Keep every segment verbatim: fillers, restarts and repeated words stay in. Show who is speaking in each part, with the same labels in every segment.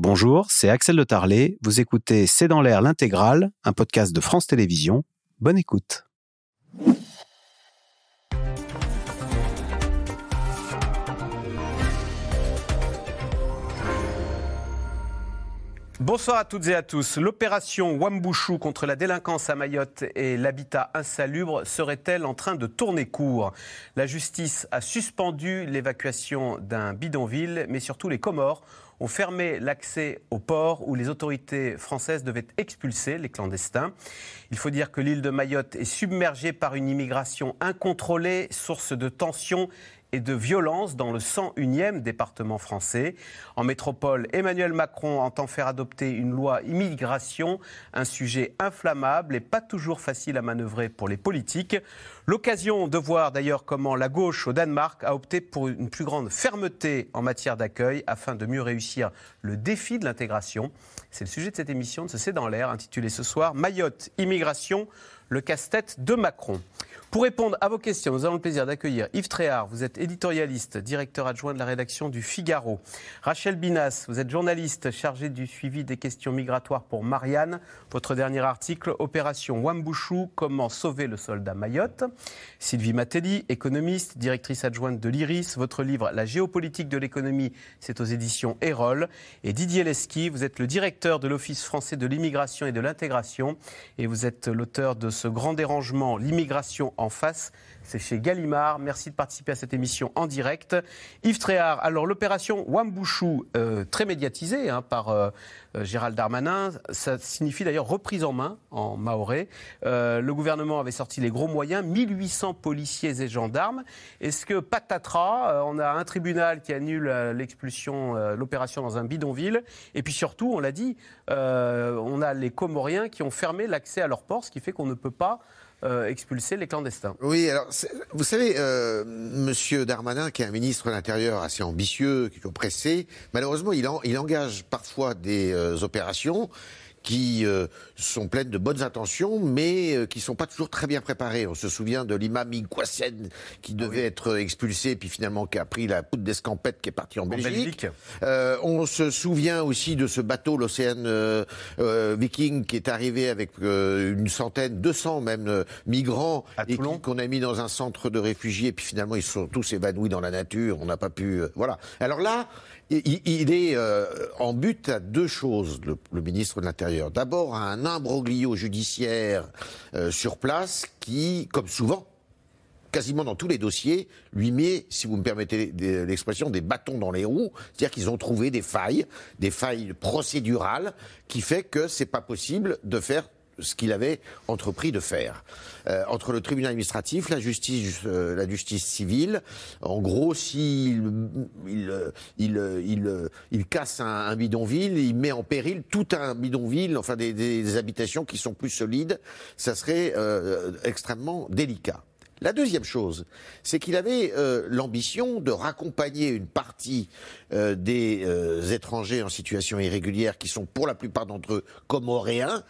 Speaker 1: Bonjour, c'est Axel de Tarlet. Vous écoutez C'est dans l'air l'intégrale, un podcast de France Télévisions. Bonne écoute. Bonsoir à toutes et à tous. L'opération Wambushu contre la délinquance à Mayotte et l'habitat insalubre serait-elle en train de tourner court ? La justice a suspendu l'évacuation d'un bidonville, mais surtout les Comores ont fermé l'accès au port où les autorités françaises devaient expulser les clandestins. Il faut dire que l'île de Mayotte est submergée par une immigration incontrôlée, source de tensions et de violence dans le cent unième département français. En métropole, Emmanuel Macron entend faire adopter une loi immigration, un sujet inflammable et pas toujours facile à manœuvrer pour les politiques. L'occasion de voir d'ailleurs comment la gauche au Danemark a opté pour une plus grande fermeté en matière d'accueil afin de mieux réussir le défi de l'intégration. C'est le sujet de cette émission de ce C'est dans l'air, intitulée ce soir « Mayotte, immigration, le casse-tête de Macron ». Pour répondre à vos questions, nous avons le plaisir d'accueillir Yves Tréhard. Vous êtes éditorialiste, directeur adjoint de la rédaction du Figaro. Rachel Binas, vous êtes journaliste chargée du suivi des questions migratoires pour Marianne. Votre dernier article, Opération Wambushu, comment sauver le soldat Mayotte. Sylvie Matelli, économiste, directrice adjointe de l'Iris. Votre livre, La géopolitique de l'économie, c'est aux éditions Erol. Et Didier Lesky, vous êtes le directeur de l'Office français de l'immigration et de l'intégration. Et vous êtes l'auteur de ce grand dérangement, l'immigration en face, c'est chez Gallimard. Merci de participer à cette émission en direct. Yves Tréhard, alors l'opération Wambushu, euh, très médiatisée hein, par euh, Gérald Darmanin, ça signifie d'ailleurs reprise en main en mahorais. Euh, le gouvernement avait sorti les gros moyens, mille huit cents policiers et gendarmes. Est-ce que patatras, euh, on a un tribunal qui annule euh, l'expulsion, euh, l'opération dans un bidonville, et puis surtout, on l'a dit, euh, on a les Comoriens qui ont fermé l'accès à leur port, ce qui fait qu'on ne peut pas Euh, expulser les clandestins.
Speaker 2: Oui, alors, vous savez, euh, Monsieur Darmanin, qui est un ministre de l'Intérieur assez ambitieux, qui est pressé, malheureusement, il, en, il engage parfois des euh, opérations qui euh, sont pleines de bonnes intentions, mais euh, qui ne sont pas toujours très bien préparées. On se souvient de l'imam Igouassen, qui devait oui. être expulsé, puis finalement qui a pris la poudre d'escampette, qui est parti en, en Belgique. Belgique. Euh, on se souvient aussi de ce bateau, l'Océan euh, euh, Viking, qui est arrivé avec euh, une centaine, deux cents même, euh, migrants, à et qui, qu'on a mis dans un centre de réfugiés, puis finalement ils sont tous évanouis dans la nature, on n'a pas pu... Euh, voilà. Alors là, il, il est euh, en but à deux choses, le, le ministre de l'Intérieur. D'abord, à un imbroglio judiciaire euh, sur place qui, comme souvent, quasiment dans tous les dossiers, lui met, si vous me permettez l'expression, des bâtons dans les roues. C'est-à-dire qu'ils ont trouvé des failles, des failles procédurales, qui fait que c'est pas possible de faire ce qu'il avait entrepris de faire. Euh, entre le tribunal administratif, la justice, euh, la justice civile, en gros, s'il il, il, il, il casse un, un bidonville, il met en péril tout un bidonville, enfin des, des habitations qui sont plus solides, ça serait euh, extrêmement délicat. La deuxième chose, c'est qu'il avait euh, l'ambition de raccompagner une partie euh, des euh, étrangers en situation irrégulière, qui sont pour la plupart d'entre eux comoréens.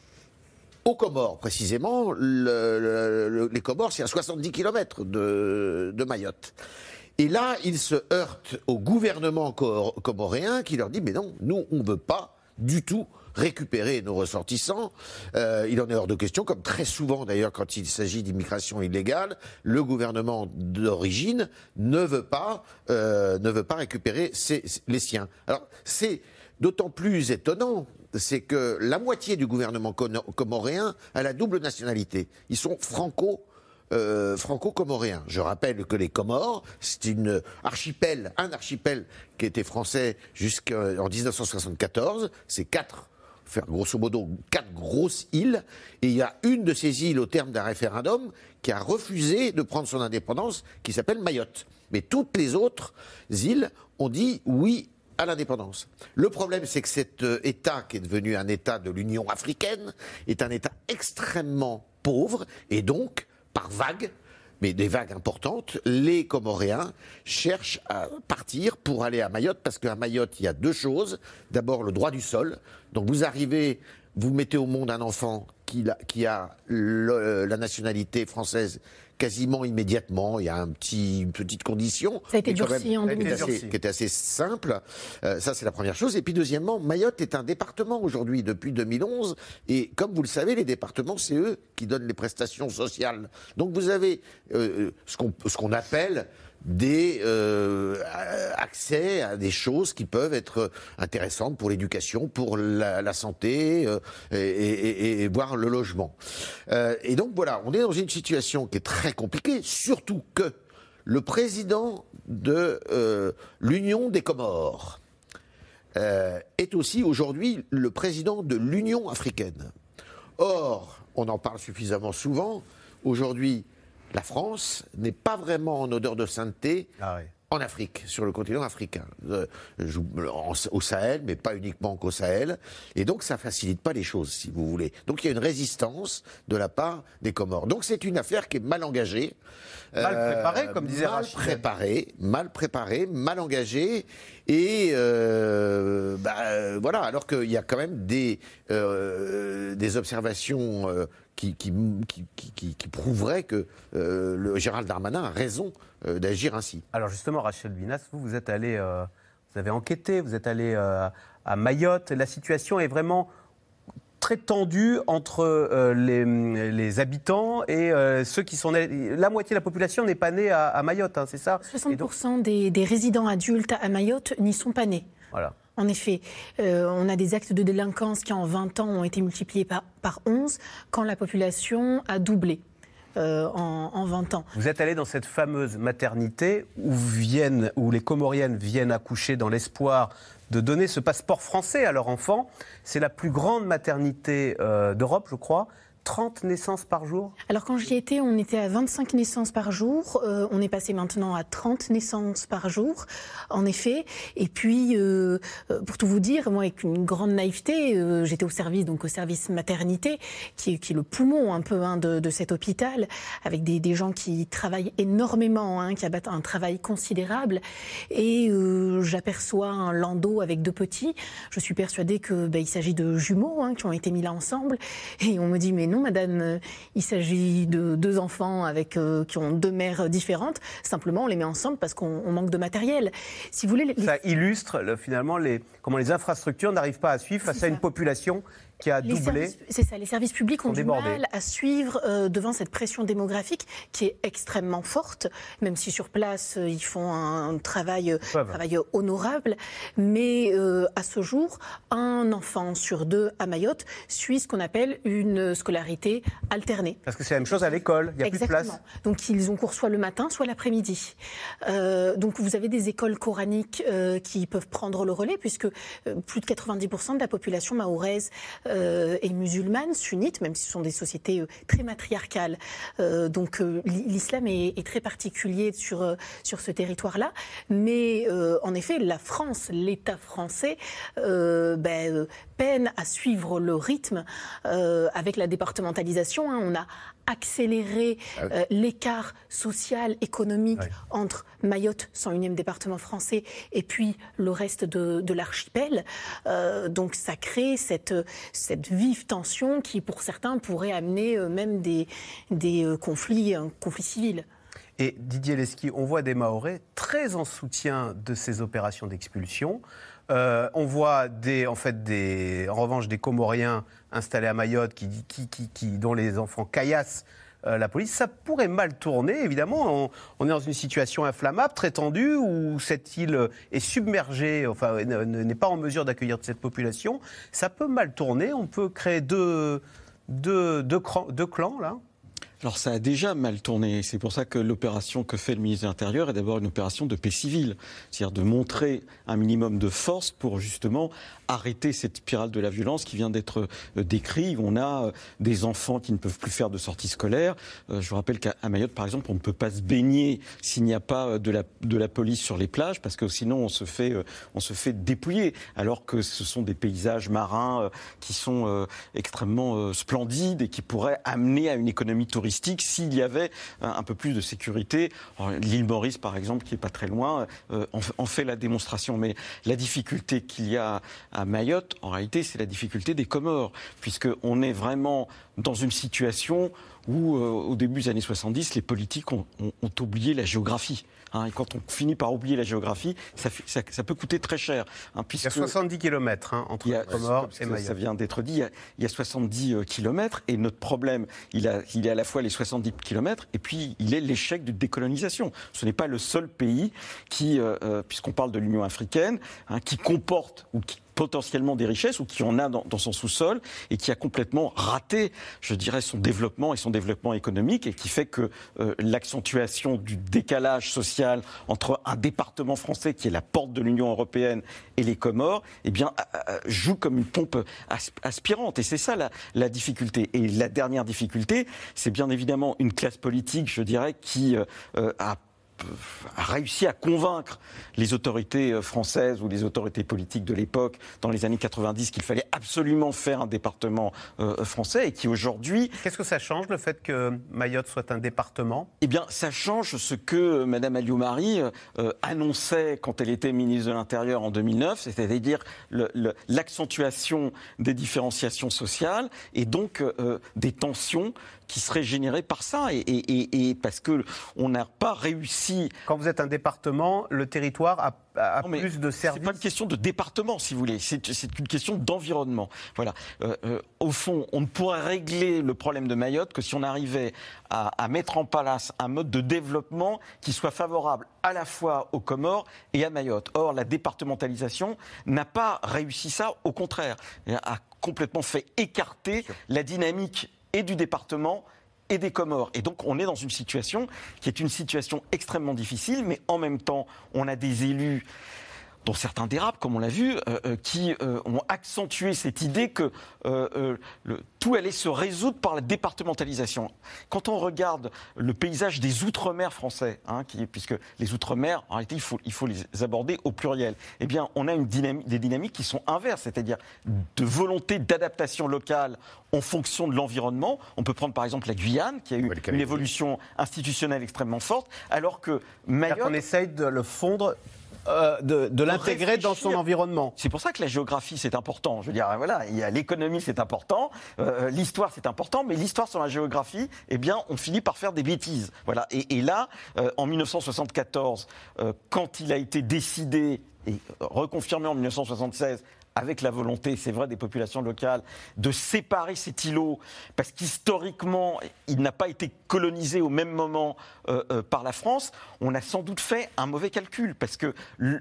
Speaker 2: Aux Comores, précisément, le, le, le, les Comores, c'est à soixante-dix kilomètres de, de Mayotte. Et là, ils se heurtent au gouvernement comoréen qui leur dit « Mais non, nous, on ne veut pas du tout récupérer nos ressortissants. Euh, il en est hors de question, comme très souvent d'ailleurs quand il s'agit d'immigration illégale, le gouvernement d'origine ne veut pas, euh, ne veut pas récupérer ses, les siens. » Alors, c'est d'autant plus étonnant, c'est que la moitié du gouvernement comoréen a la double nationalité. Ils sont franco, euh, franco-comoréens. Je rappelle que les Comores, c'est une archipel, un archipel qui était français jusqu'en dix-neuf cent soixante-quatorze. C'est quatre, faire grosso modo, quatre grosses îles. Et il y a une de ces îles, au terme d'un référendum, qui a refusé de prendre son indépendance, qui s'appelle Mayotte. Mais toutes les autres îles ont dit oui à l'indépendance. Le problème, c'est que cet euh, État, qui est devenu un État de l'Union africaine, est un État extrêmement pauvre, et donc, par vagues, mais des vagues importantes, les Comoréens cherchent à partir pour aller à Mayotte, parce qu'à Mayotte, il y a deux choses. D'abord, le droit du sol. Donc vous arrivez vous mettez au monde un enfant qui, a, qui a le, la nationalité française quasiment immédiatement. Il y a un petit, une petite condition.
Speaker 3: Ça a été durci en deux mille dix.
Speaker 2: Qui était assez simple. Euh, ça, c'est la première chose. Et puis, deuxièmement, Mayotte est un département aujourd'hui depuis deux mille onze. Et comme vous le savez, les départements, c'est eux qui donnent les prestations sociales. Donc, vous avez euh, ce qu'on ce qu'on appelle des euh, accès à des choses qui peuvent être intéressantes pour l'éducation, pour la, la santé euh, et, et, et voire le logement. Euh, et donc voilà, on est dans une situation qui est très compliquée, surtout que le président de euh, l'Union des Comores euh, est aussi aujourd'hui le président de l'Union africaine. Or, on en parle suffisamment souvent, aujourd'hui, la France n'est pas vraiment en odeur de sainteté ah oui. en Afrique, sur le continent africain. Euh, au Sahel, mais pas uniquement qu'au Sahel. Et donc, ça ne facilite pas les choses, si vous voulez. Donc, il y a une résistance de la part des Comores. Donc, c'est une affaire qui est mal engagée.
Speaker 1: Mal préparée, euh, comme disait
Speaker 2: Mal
Speaker 1: Rachid.
Speaker 2: préparée, mal préparée, mal engagée. Et euh, bah, voilà, alors qu'il y a quand même des, euh, des observations... Euh, Qui, qui, qui, qui, qui prouverait que euh, le Gérald Darmanin a raison euh, d'agir ainsi.
Speaker 1: Alors justement, Rachel Binas, vous, vous êtes allé, euh, vous avez enquêté, vous êtes allé euh, à Mayotte. La situation est vraiment très tendue entre euh, les, les habitants et euh, ceux qui sont nés. La moitié de la population n'est pas née à, à Mayotte, hein, c'est ça?
Speaker 3: soixante pour cent donc... des, des résidents adultes à Mayotte n'y sont pas nés.
Speaker 1: Voilà.
Speaker 3: En effet, euh, on a des actes de délinquance qui en vingt ans ont été multipliés par, par onze, quand la population a doublé euh, en, en vingt ans.
Speaker 1: Vous êtes allé dans cette fameuse maternité où, viennent, où les Comoriennes viennent accoucher dans l'espoir de donner ce passeport français à leur enfant. C'est la plus grande maternité euh, d'Europe, je crois. trente naissances par jour?
Speaker 3: Alors quand j'y étais, on était à vingt-cinq naissances par jour. Euh, on est passé maintenant à trente naissances par jour, en effet. Et puis, euh, pour tout vous dire, moi, avec une grande naïveté, euh, j'étais au service, donc au service maternité, qui est, qui est le poumon un peu hein, de, de cet hôpital, avec des, des gens qui travaillent énormément, hein, qui abattent un travail considérable. Et euh, j'aperçois un landau avec deux petits. Je suis persuadée que bah, il s'agit de jumeaux hein, qui ont été mis là ensemble. Et on me dit, mais non, madame, il s'agit de deux enfants avec, euh, qui ont deux mères différentes. Simplement, on les met ensemble parce qu'on manque de matériel. Si vous voulez, les...
Speaker 1: Ça illustre le, finalement les, comment les infrastructures n'arrivent pas à suivre face à une population qui a
Speaker 3: les
Speaker 1: doublé.
Speaker 3: C'est ça, les services publics ont du
Speaker 1: débordés.
Speaker 3: mal à suivre euh, devant cette pression démographique qui est extrêmement forte, même si sur place, euh, ils font un travail, travail honorable. Mais euh, à ce jour, un enfant sur deux à Mayotte suit ce qu'on appelle une scolarité alternée.
Speaker 1: Parce que c'est la même chose à l'école, il n'y a
Speaker 3: Exactement.
Speaker 1: plus de place.
Speaker 3: Donc ils ont cours soit le matin, soit l'après-midi. Euh, donc vous avez des écoles coraniques euh, qui peuvent prendre le relais, puisque euh, plus de quatre-vingt-dix pour cent de la population mahoraise Euh, et musulmanes, sunnites, même si ce sont des sociétés euh, très matriarcales. Euh, donc euh, l'islam est, est très particulier sur, euh, sur ce territoire-là. Mais euh, en effet, la France, l'État français, euh, ben, euh, peine à suivre le rythme euh, avec la départementalisation. Hein. On a accéléré euh, l'écart social, économique ouais. entre Mayotte, cent unième département français, et puis le reste de, de l'archipel. Euh, donc ça crée cette, cette vive tension qui, pour certains, pourrait amener euh, même des, des euh, conflits, un conflit civil.
Speaker 1: Et Didier Lesky, on voit des Mahorais très en soutien de ces opérations d'expulsion. Euh, on voit des, en, fait des, en revanche des Comoriens installés à Mayotte qui, qui, qui, qui, dont les enfants caillassent euh, la police. Ça pourrait mal tourner, évidemment. On, on est dans une situation inflammable, très tendue, où cette île est submergée, enfin n'est pas en mesure d'accueillir cette population. Ça peut mal tourner. On peut créer deux, deux, deux, deux clans, là.
Speaker 4: Alors ça a déjà mal tourné, c'est pour ça que l'opération que fait le ministre de l'Intérieur est d'abord une opération de paix civile, c'est-à-dire de montrer un minimum de force pour justement arrêter cette spirale de la violence qui vient d'être décrite. On a des enfants qui ne peuvent plus faire de sortie scolaire. Je vous rappelle qu'à Mayotte, par exemple, on ne peut pas se baigner s'il n'y a pas de la, de la police sur les plages, parce que sinon on se fait, on se fait dépouiller, alors que ce sont des paysages marins qui sont extrêmement splendides et qui pourraient amener à une économie touristique touristique s'il y avait un, un peu plus de sécurité. L'île Maurice, par exemple, qui est pas très loin, euh, en, en fait la démonstration. Mais la difficulté qu'il y a à Mayotte, en réalité, c'est la difficulté des Comores, puisqu'on est vraiment dans une situation où, euh, au début des années soixante-dix, les politiques ont, ont, ont oublié la géographie. Hein, et quand on finit par oublier la géographie, ça, fait, ça, ça peut coûter très cher. Hein,
Speaker 1: puisque il y a soixante-dix kilomètres hein, entre les Comores et Mayotte.
Speaker 4: Ça vient d'être dit, il y a, il y a soixante-dix kilomètres, et notre problème, il, a, il est à la fois les soixante-dix kilomètres, et puis il est l'échec de décolonisation. Ce n'est pas le seul pays qui, euh, puisqu'on parle de l'Union africaine, hein, qui comporte, ou qui potentiellement des richesses ou qui en a dans, dans son sous-sol et qui a complètement raté, je dirais, son développement et son développement économique et qui fait que euh, l'accentuation du décalage social entre un département français qui est la porte de l'Union européenne et les Comores, eh bien, euh, joue comme une pompe aspirante. Et c'est ça la, la difficulté. Et la dernière difficulté, c'est bien évidemment une classe politique, je dirais, qui euh, a a réussi à convaincre les autorités françaises ou les autorités politiques de l'époque, dans les années quatre-vingt-dix, qu'il fallait absolument faire un département euh, français et qui aujourd'hui...
Speaker 1: Qu'est-ce que ça change, le fait que Mayotte soit un département ?
Speaker 4: Eh bien, ça change ce que Mme Alliot-Marie euh, annonçait quand elle était ministre de l'Intérieur en deux mille neuf, c'est-à-dire le, le, l'accentuation des différenciations sociales et donc euh, des tensions qui seraient générées par ça, et, et, et parce qu'on n'a pas réussi...
Speaker 1: Quand vous êtes un département, le territoire a, a
Speaker 4: non,
Speaker 1: plus de services...
Speaker 4: C'est pas une question de département, si vous voulez, c'est, c'est une question d'environnement. Voilà. Euh, euh, au fond, on ne pourrait régler le problème de Mayotte que si on arrivait à, à mettre en place un mode de développement qui soit favorable à la fois aux Comores et à Mayotte. Or, la départementalisation n'a pas réussi ça, au contraire, a complètement fait écarter la dynamique et du département et des Comores. Et donc on est dans une situation qui est une situation extrêmement difficile, mais en même temps on a des élus, dont certains dérapent, comme on l'a vu, euh, euh, qui euh, ont accentué cette idée que euh, euh, le, tout allait se résoudre par la départementalisation. Quand on regarde le paysage des outre-mer français, hein, qui, puisque les outre-mer, en réalité, il faut, il faut les aborder au pluriel, eh bien, on a une dynamique, des dynamiques qui sont inverses, c'est-à-dire de volonté d'adaptation locale en fonction de l'environnement. On peut prendre par exemple la Guyane, qui a eu une évolution institutionnelle extrêmement forte, alors que Mayotte...
Speaker 1: On essaye de le fondre... Euh, de, de l'intégrer dans son environnement.
Speaker 4: C'est pour ça que la géographie, c'est important. Je veux dire, voilà, il y a l'économie, c'est important, euh, l'histoire, c'est important, mais l'histoire sans la géographie, eh bien, on finit par faire des bêtises. Voilà. Et, et là, euh, en mille neuf cent soixante-quatorze, euh, quand il a été décidé et reconfirmé en mille neuf cent soixante-seize, avec la volonté, c'est vrai, des populations locales, de séparer cet îlot, parce qu'historiquement, il n'a pas été colonisé au même moment euh, euh, par la France, on a sans doute fait un mauvais calcul, parce qu'il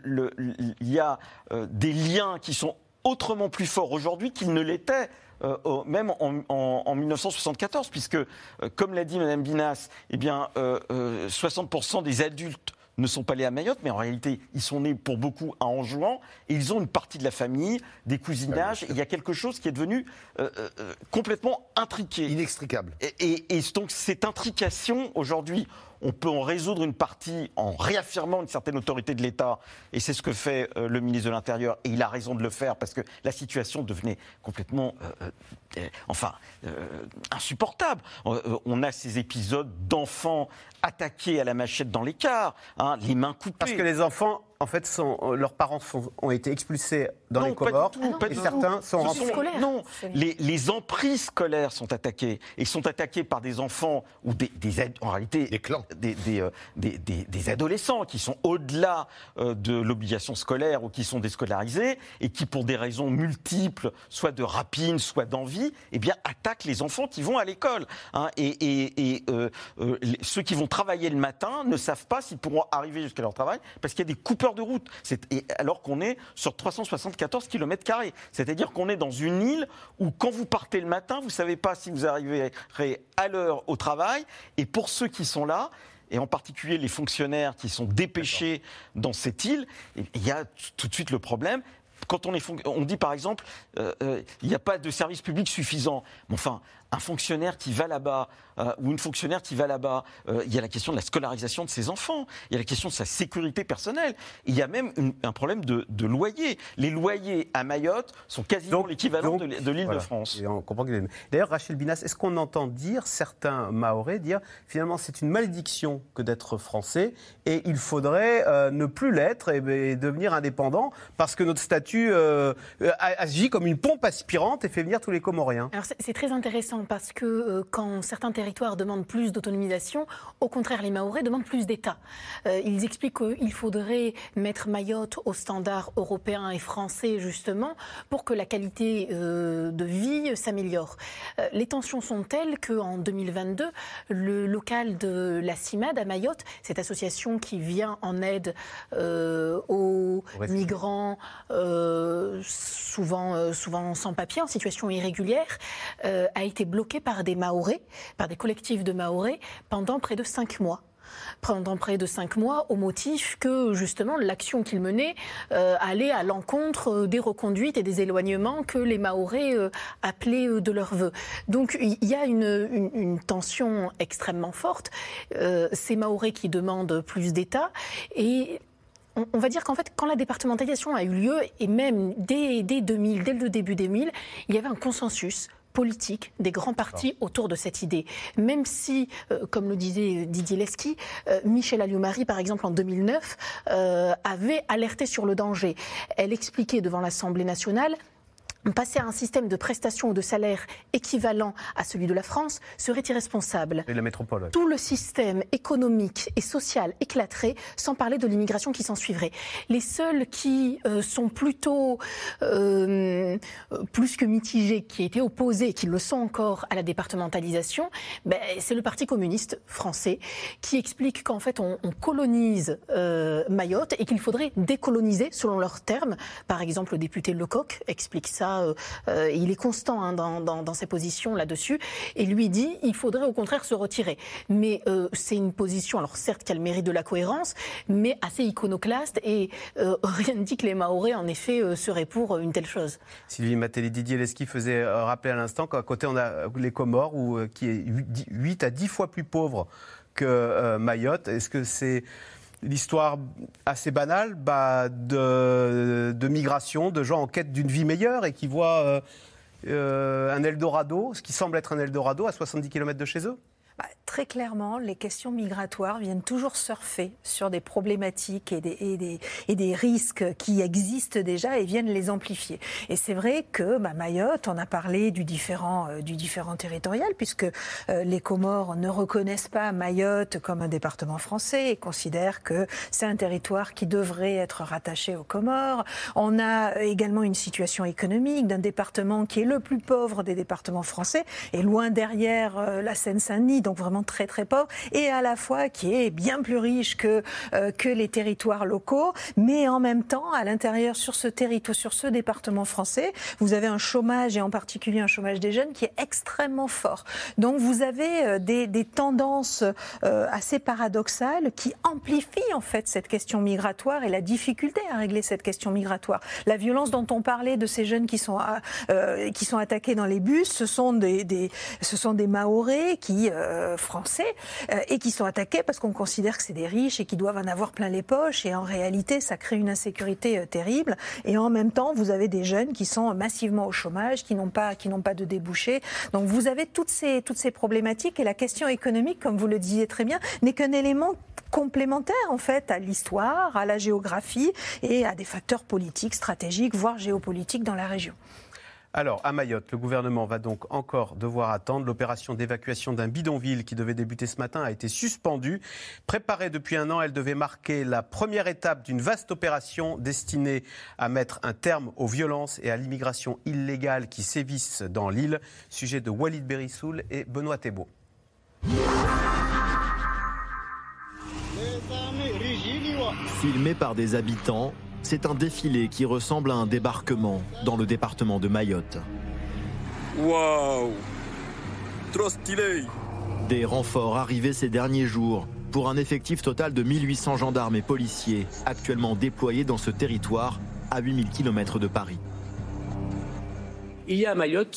Speaker 4: y a euh, des liens qui sont autrement plus forts aujourd'hui qu'ils ne l'étaient euh, même en, en, en mille neuf cent soixante-quatorze, puisque, euh, comme l'a dit Mme Binas, eh bien, euh, euh, soixante pour cent des adultes ne sont pas nés à Mayotte, mais en réalité, ils sont nés pour beaucoup à Anjouan, et ils ont une partie de la famille, des cousinages, et il y a quelque chose qui est devenu euh, euh, complètement intriqué.
Speaker 2: Inextricable.
Speaker 4: Et, et, et donc, cette intrication, aujourd'hui, on peut en résoudre une partie en réaffirmant une certaine autorité de l'État, et c'est ce que fait euh, le ministre de l'Intérieur, et il a raison de le faire, parce que la situation devenait complètement, euh, euh, enfin, euh, insupportable. Euh, on a ces épisodes d'enfants attaqués à la machette dans les cars, hein, les mains coupées.
Speaker 1: Parce que les enfants... En fait, sont, leurs parents sont, ont été expulsés dans
Speaker 4: non,
Speaker 1: les Comores,
Speaker 4: pas du tout, pas
Speaker 1: et
Speaker 4: du
Speaker 1: certains
Speaker 4: tout.
Speaker 1: sont rentrés.
Speaker 3: Scolaires.
Speaker 4: Non, les, les emprises scolaires sont attaquées, et sont attaquées par des enfants ou des, des en réalité
Speaker 2: des clans,
Speaker 4: des, des, des, des, des adolescents qui sont au-delà euh, de l'obligation scolaire ou qui sont déscolarisés et qui, pour des raisons multiples, soit de rapine, soit d'envie, eh bien attaquent les enfants qui vont à l'école. Hein, et et, et euh, euh, les, ceux qui vont travailler le matin ne savent pas s'ils pourront arriver jusqu'à leur travail parce qu'il y a des coupeurs de route, c'est, et alors qu'on est sur trois cent soixante-quatorze kilomètres carrés. C'est-à-dire qu'on est dans une île où quand vous partez le matin, vous ne savez pas si vous arriverez à l'heure au travail. Et pour ceux qui sont là, et en particulier les fonctionnaires qui sont dépêchés dans cette île, il y a tout de suite le problème. Quand on, est fon- on dit par exemple, euh, euh, il n'y a pas de service public suffisant. Mais enfin, un fonctionnaire qui va là-bas, euh, ou une fonctionnaire qui va là-bas, euh, il y a la question de la scolarisation de ses enfants, il y a la question de sa sécurité personnelle, il y a même une, un problème de, de loyer. Les loyers à Mayotte sont quasiment l'équivalent de, de l'île voilà. de France.
Speaker 1: Et on comprend qu'il est... D'ailleurs, Rachel Binas, est-ce qu'on entend dire, certains Mahorais dire, finalement c'est une malédiction que d'être français, et il faudrait euh, ne plus l'être et, et devenir indépendant, parce que notre statut euh, agit comme une pompe aspirante et fait venir tous les Comoriens.
Speaker 3: Alors c'est, c'est très intéressant parce que euh, quand certains territoires demandent plus d'autonomisation, au contraire les Mahorais demandent plus d'État. Euh, ils expliquent qu'il faudrait mettre Mayotte aux standards européens et français justement pour que la qualité euh, de vie s'améliore. Euh, les tensions sont telles qu'en deux mille vingt-deux, le local de la CIMAD à Mayotte, cette association qui vient en aide euh, aux migrants euh, souvent, euh, souvent sans papier, en situation irrégulière, euh, a été bloqué par des Mahorais, par des collectifs de Mahorais, pendant près de cinq mois. Pendant près de cinq mois, au motif que, justement, l'action qu'ils menaient euh, allait à l'encontre des reconduites et des éloignements que les Mahorais euh, appelaient euh, de leur vœu. Donc, il y a une, une, une tension extrêmement forte. Euh, ces Mahorais qui demandent plus d'État et... On va dire qu'en fait, quand la départementalisation a eu lieu, et même dès, dès deux mille, dès le début deux mille, il y avait un consensus politique des grands partis autour de cette idée. Même si, euh, comme le disait Didier Lesky, euh, Michèle Alliot-Marie, par exemple, en deux mille neuf, euh, avait alerté sur le danger. Elle expliquait devant l'Assemblée nationale: passer à un système de prestations ou de salaires équivalent à celui de la France serait irresponsable.
Speaker 1: Et la métropole.
Speaker 3: Tout le système économique et social éclaterait, sans parler de l'immigration qui s'en suivrait. Les seuls qui euh, sont plutôt euh, plus que mitigés, qui étaient opposés, qui le sont encore à la départementalisation, ben, c'est le Parti communiste français qui explique qu'en fait on, on colonise euh, Mayotte et qu'il faudrait décoloniser selon leurs termes. Par exemple, le député Lecoq explique ça. Euh, euh, il est constant hein, dans, dans, dans ses positions là-dessus, et lui dit il faudrait au contraire se retirer. Mais euh, c'est une position, alors certes qui a le mérite de la cohérence, mais assez iconoclaste, et euh, rien ne dit que les Mahorais en effet euh, seraient pour une telle chose.
Speaker 1: Sylvie Matteli, Didier Lesky faisait euh, rappeler à l'instant qu'à côté on a les Comores, où, euh, qui est huit à dix fois plus pauvre que euh, Mayotte. Est-ce que c'est l'histoire assez banale bah, de, de migration, de gens en quête d'une vie meilleure et qui voient euh, euh, un Eldorado, ce qui semble être un Eldorado, à soixante-dix kilomètres de chez eux?
Speaker 5: Bah, très clairement, les questions migratoires viennent toujours surfer sur des problématiques et des, et des, et des risques qui existent déjà et viennent les amplifier. Et c'est vrai que bah, Mayotte, on a parlé du différent, euh, du différent territorial, puisque euh, les Comores ne reconnaissent pas Mayotte comme un département français et considèrent que c'est un territoire qui devrait être rattaché aux Comores. On a également une situation économique d'un département qui est le plus pauvre des départements français, et loin derrière euh, la Seine-Saint-Denis, donc vraiment très très pauvre, et à la fois qui est bien plus riche que, euh, que les territoires locaux, mais en même temps, à l'intérieur, sur ce territoire, sur ce département français, vous avez un chômage, et en particulier un chômage des jeunes, qui est extrêmement fort. Donc vous avez euh, des, des tendances euh, assez paradoxales qui amplifient en fait cette question migratoire et la difficulté à régler cette question migratoire. La violence dont on parlait de ces jeunes qui sont, euh, qui sont attaqués dans les bus, ce sont des, des, ce sont des Mahorais qui... Euh, français euh, et qui sont attaqués parce qu'on considère que c'est des riches et qui doivent en avoir plein les poches, et en réalité ça crée une insécurité euh, terrible, et en même temps vous avez des jeunes qui sont massivement au chômage, qui n'ont pas, qui n'ont pas de débouchés. Donc vous avez toutes ces, toutes ces problématiques, et la question économique, comme vous le disiez très bien, n'est qu'un élément complémentaire en fait à l'histoire, à la géographie et à des facteurs politiques, stratégiques, voire géopolitiques dans la région.
Speaker 1: Alors, à Mayotte, le gouvernement va donc encore devoir attendre. L'opération d'évacuation d'un bidonville qui devait débuter ce matin a été suspendue. Préparée depuis un an, elle devait marquer la première étape d'une vaste opération destinée à mettre un terme aux violences et à l'immigration illégale qui sévissent dans l'île. Sujet de Walid Berissoul et Benoît Thébault.
Speaker 6: Filmé par des habitants, c'est un défilé qui ressemble à un débarquement dans le département de Mayotte.
Speaker 7: Waouh, trop stylé.
Speaker 6: Des renforts arrivés ces derniers jours pour un effectif total de mille huit cents gendarmes et policiers actuellement déployés dans ce territoire à huit mille kilomètres de Paris.
Speaker 8: Il y a à Mayotte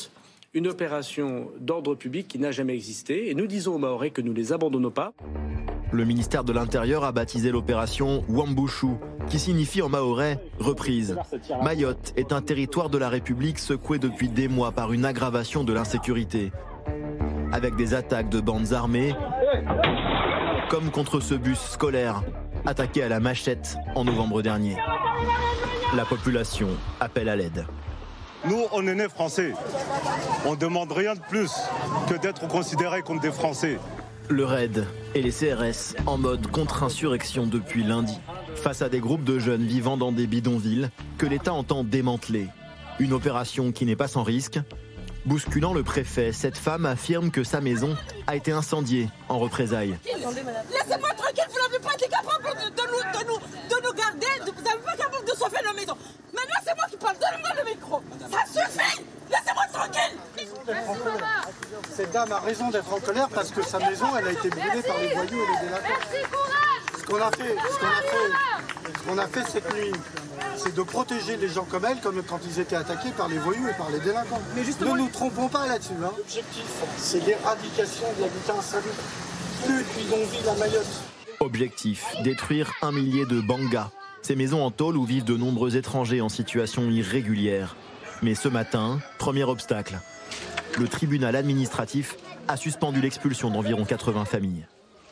Speaker 8: une opération d'ordre public qui n'a jamais existé. Et nous disons aux Mahorais que nous ne les abandonnons pas.
Speaker 6: Le ministère de l'Intérieur a baptisé l'opération Wambushu, qui signifie en mahorais « reprise ». Mayotte est un territoire de la République secoué depuis des mois par une aggravation de l'insécurité, avec des attaques de bandes armées, comme contre ce bus scolaire, attaqué à la machette en novembre dernier. La population appelle à l'aide.
Speaker 9: Nous, on est nés français. On ne demande rien de plus que d'être considérés comme des Français.
Speaker 6: Le raid et les C R S en mode contre-insurrection depuis lundi, face à des groupes de jeunes vivant dans des bidonvilles que l'État entend démanteler. Une opération qui n'est pas sans risque. Bousculant le préfet, cette femme affirme que sa maison a été incendiée en représailles.
Speaker 10: Laissez-moi tranquille, vous n'avez pas été capable de, de, nous, de, nous, de nous garder, vous n'avez pas capable de sauver nos maisons. Maintenant c'est moi qui parle, donnez-moi le micro. Ça suffit, laissez-moi tranquille.
Speaker 11: Cette dame a raison d'être en colère parce que sa maison, elle a été brûlée par les voyous et les délinquants. Ce qu'on a fait, ce qu'on a fait, ce qu'on a fait cette nuit, c'est de protéger les gens comme elle, comme quand ils étaient attaqués par les voyous et par les délinquants. Mais justement, ne nous trompons pas là-dessus. Hein. L'objectif, c'est l'éradication de l'habitat insalubre. Plus de bidonvilles à Mayotte.
Speaker 6: Objectif, détruire un millier de bangas, ces maisons en tôle où vivent de nombreux étrangers en situation irrégulière. Mais ce matin, premier obstacle. Le tribunal administratif a suspendu l'expulsion d'environ quatre-vingts familles.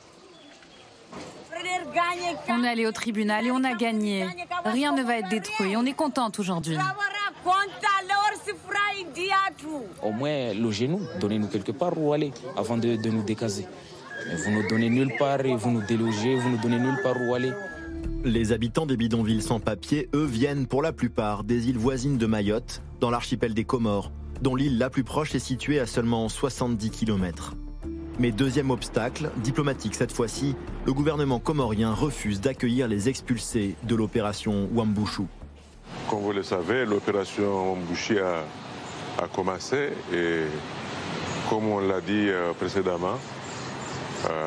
Speaker 12: On est allé au tribunal et on a gagné. Rien ne va être détruit. On est contente aujourd'hui.
Speaker 13: Au moins, logez-nous, donnez-nous quelque part où aller avant de, de nous décaser. Mais vous nous donnez nulle part et vous nous délogez, vous nous donnez nulle part où aller.
Speaker 6: Les habitants des bidonvilles sans papier, eux, viennent pour la plupart des îles voisines de Mayotte, dans l'archipel des Comores, dont l'île la plus proche est située à seulement soixante-dix kilomètres. Mais deuxième obstacle, diplomatique cette fois-ci, le gouvernement comorien refuse d'accueillir les expulsés de l'opération Wambushu.
Speaker 14: Comme vous le savez, l'opération Wambushu a, a commencé et comme on l'a dit précédemment, euh,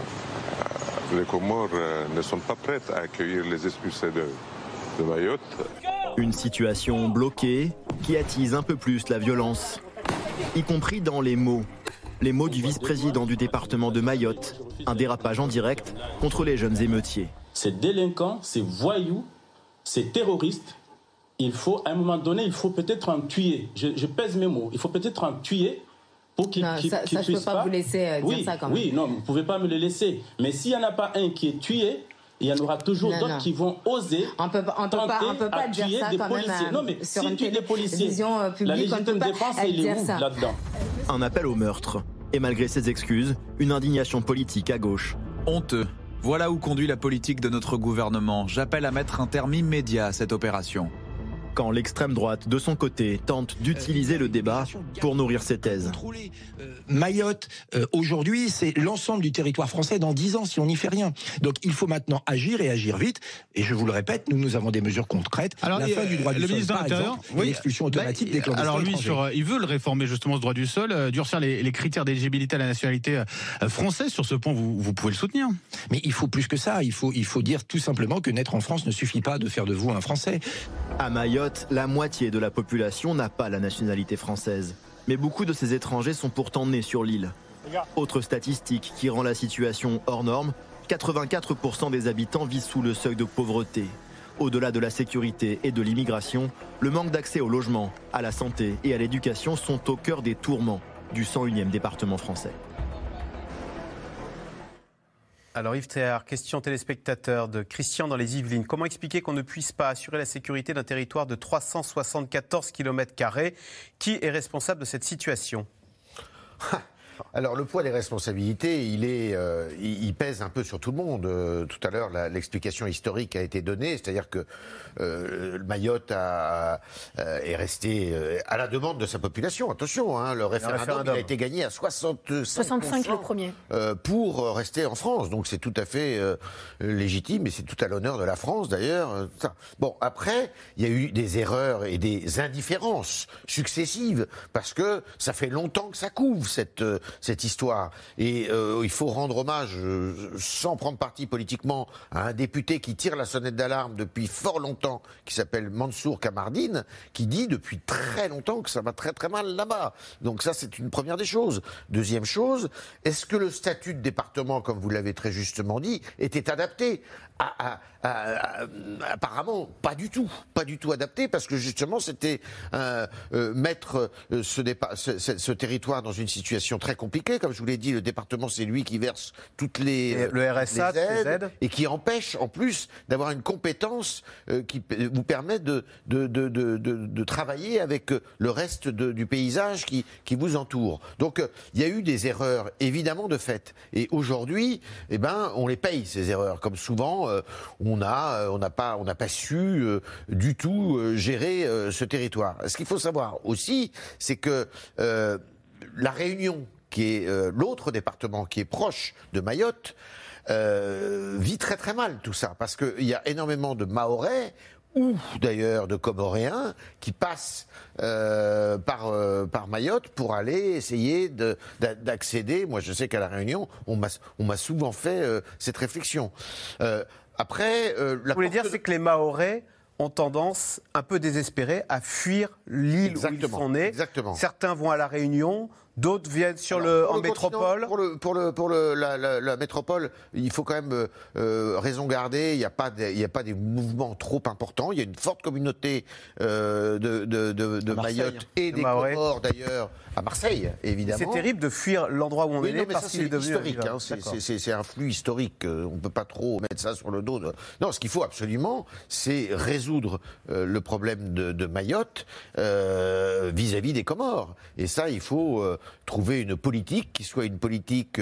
Speaker 14: les Comores ne sont pas prêtes à accueillir les expulsés de, de Mayotte.
Speaker 6: Une situation bloquée qui attise un peu plus la violence, y compris dans les mots. Les mots du vice-président du département de Mayotte, un dérapage en direct contre les jeunes émeutiers.
Speaker 15: Ces délinquants, ces voyous, ces terroristes, il faut, à un moment donné, il faut peut-être en tuer. Je, je pèse mes mots. Il faut peut-être en tuer pour qu'ils qu
Speaker 16: ça,
Speaker 15: qu
Speaker 16: ça, je ne peux pas, pas vous laisser euh,
Speaker 15: oui,
Speaker 16: dire ça quand même.
Speaker 15: Oui, non, vous ne pouvez pas me le laisser. Mais s'il n'y en a pas un qui est tué, il y en aura toujours d'autres qui vont oser
Speaker 16: on peut, on peut pas, on peut pas dire ça
Speaker 15: des
Speaker 16: quand
Speaker 15: policiers.
Speaker 16: Même,
Speaker 15: non, mais
Speaker 16: sur
Speaker 15: si
Speaker 16: une
Speaker 15: tu es des policiers,
Speaker 16: télévision euh, publique,
Speaker 15: la légitime défense, elle est où là-dedans?
Speaker 6: Un appel au meurtre. Et malgré ses excuses, une indignation politique à gauche.
Speaker 17: Honteux. Voilà où conduit la politique de notre gouvernement. J'appelle à mettre un terme immédiat à cette opération.
Speaker 6: Quand l'extrême droite, de son côté, tente d'utiliser le débat pour nourrir ses thèses.
Speaker 18: Mayotte, euh, aujourd'hui, c'est l'ensemble du territoire français dans dix ans si on n'y fait rien. Donc il faut maintenant agir et agir vite. Et je vous le répète, nous, nous avons des mesures concrètes.
Speaker 19: Alors,
Speaker 18: la
Speaker 19: euh,
Speaker 18: fin du droit du
Speaker 19: le
Speaker 18: sol,
Speaker 19: ministre de
Speaker 18: par
Speaker 19: l'Intérieur,
Speaker 18: exemple,
Speaker 19: oui,
Speaker 18: l'expulsion automatique
Speaker 19: bah,
Speaker 18: des clandestins
Speaker 19: alors lui,
Speaker 18: étrangers.
Speaker 19: sur, il veut le réformer justement ce droit du sol, euh, durcir les, les critères d'éligibilité à la nationalité euh, française. Sur ce point, vous, vous pouvez le soutenir.
Speaker 18: Mais il faut plus que ça. Il faut, il faut dire tout simplement que naître en France ne suffit pas de faire de vous un Français.
Speaker 6: À Mayotte, la moitié de la population n'a pas la nationalité française. Mais beaucoup de ces étrangers sont pourtant nés sur l'île. Autre statistique qui rend la situation hors norme, quatre-vingt-quatre pour cent des habitants vivent sous le seuil de pauvreté. Au-delà de la sécurité et de l'immigration, le manque d'accès au logement, à la santé et à l'éducation sont au cœur des tourments du cent unième département français.
Speaker 1: Alors Yves Théard, question téléspectateur de Christian dans les Yvelines. Comment expliquer qu'on ne puisse pas assurer la sécurité d'un territoire de trois cent soixante-quatorze kilomètres carrés? Qui est responsable de cette situation?
Speaker 2: Alors le poids des responsabilités, il, est, euh, il, il pèse un peu sur tout le monde. Euh, tout à l'heure, l'explication historique a été donnée, c'est-à-dire que euh, Mayotte a, a, est resté euh, à la demande de sa population. Attention, hein, le référendum, référendum. Il a été gagné à soixante-cinq
Speaker 3: soixante-cinq le premier.
Speaker 2: Euh, pour rester en France. Donc c'est tout à fait euh, légitime et c'est tout à l'honneur de la France d'ailleurs. Bon, après, il y a eu des erreurs et des indifférences successives parce que ça fait longtemps que ça couvre cette... Euh, cette histoire. Et euh, il faut rendre hommage, euh, sans prendre parti politiquement, à un député qui tire la sonnette d'alarme depuis fort longtemps, qui s'appelle Mansour Kamardine, qui dit depuis très longtemps que ça va très très mal là-bas. Donc ça, c'est une première des choses. Deuxième chose, est-ce que le statut de département, comme vous l'avez très justement dit, était adapté à, à, à, à, apparemment, pas du tout. Pas du tout adapté, parce que justement, c'était euh, euh, mettre euh, ce, dépa- ce, ce, ce territoire dans une situation très compliquée. Comme je vous l'ai dit, le département, c'est lui qui verse toutes les,
Speaker 1: et le R S A,
Speaker 2: les aides,
Speaker 1: les aides,
Speaker 2: et qui empêche, en plus, d'avoir une compétence euh, qui vous permet de, de, de, de, de, de travailler avec le reste de, du paysage qui, qui vous entoure. Donc, euh, il y a eu des erreurs, évidemment, de fait. Et aujourd'hui, eh ben, on les paye, ces erreurs. Comme souvent, euh, on a, on n'a pas, on n'a pas su euh, du tout euh, gérer euh, ce territoire. Ce qu'il faut savoir aussi, c'est que euh, la Réunion, qui est euh, l'autre département qui est proche de Mayotte, euh, vit très très mal tout ça, parce qu'il y a énormément de Mahorais, ou d'ailleurs de Comoréens, qui passent euh, par, euh, par Mayotte pour aller essayer de, d'accéder. Moi, je sais qu'à La Réunion, on m'a, on m'a souvent fait euh, cette réflexion. Euh, après, euh, la
Speaker 1: Vous voulez dire, de... c'est que les Mahorais ont tendance, un peu désespérés, à fuir l'île
Speaker 2: Exactement.
Speaker 1: où ils sont nés.
Speaker 2: Exactement.
Speaker 1: Certains vont à La Réunion, d'autres viennent sur
Speaker 2: Alors,
Speaker 1: le,
Speaker 2: pour
Speaker 1: en
Speaker 2: le
Speaker 1: métropole.
Speaker 2: Pour, le, pour, le, pour le, la, la, la métropole, il faut quand même euh, raison garder. Il n'y a, a pas des mouvements trop importants. Il y a une forte communauté euh, de, de, de, de Mayotte et des Comores d'ailleurs, à Marseille, évidemment.
Speaker 1: C'est terrible de fuir l'endroit où on
Speaker 2: oui,
Speaker 1: est né
Speaker 2: non,
Speaker 1: parce qu'il est devenu
Speaker 2: historique. Hein, c'est, c'est, c'est un flux historique. On ne peut pas trop mettre ça sur le dos. De... Non, ce qu'il faut absolument, c'est résoudre euh, le problème de, de Mayotte euh, vis-à-vis des Comores. Et ça, il faut euh, trouver une politique qui soit une politique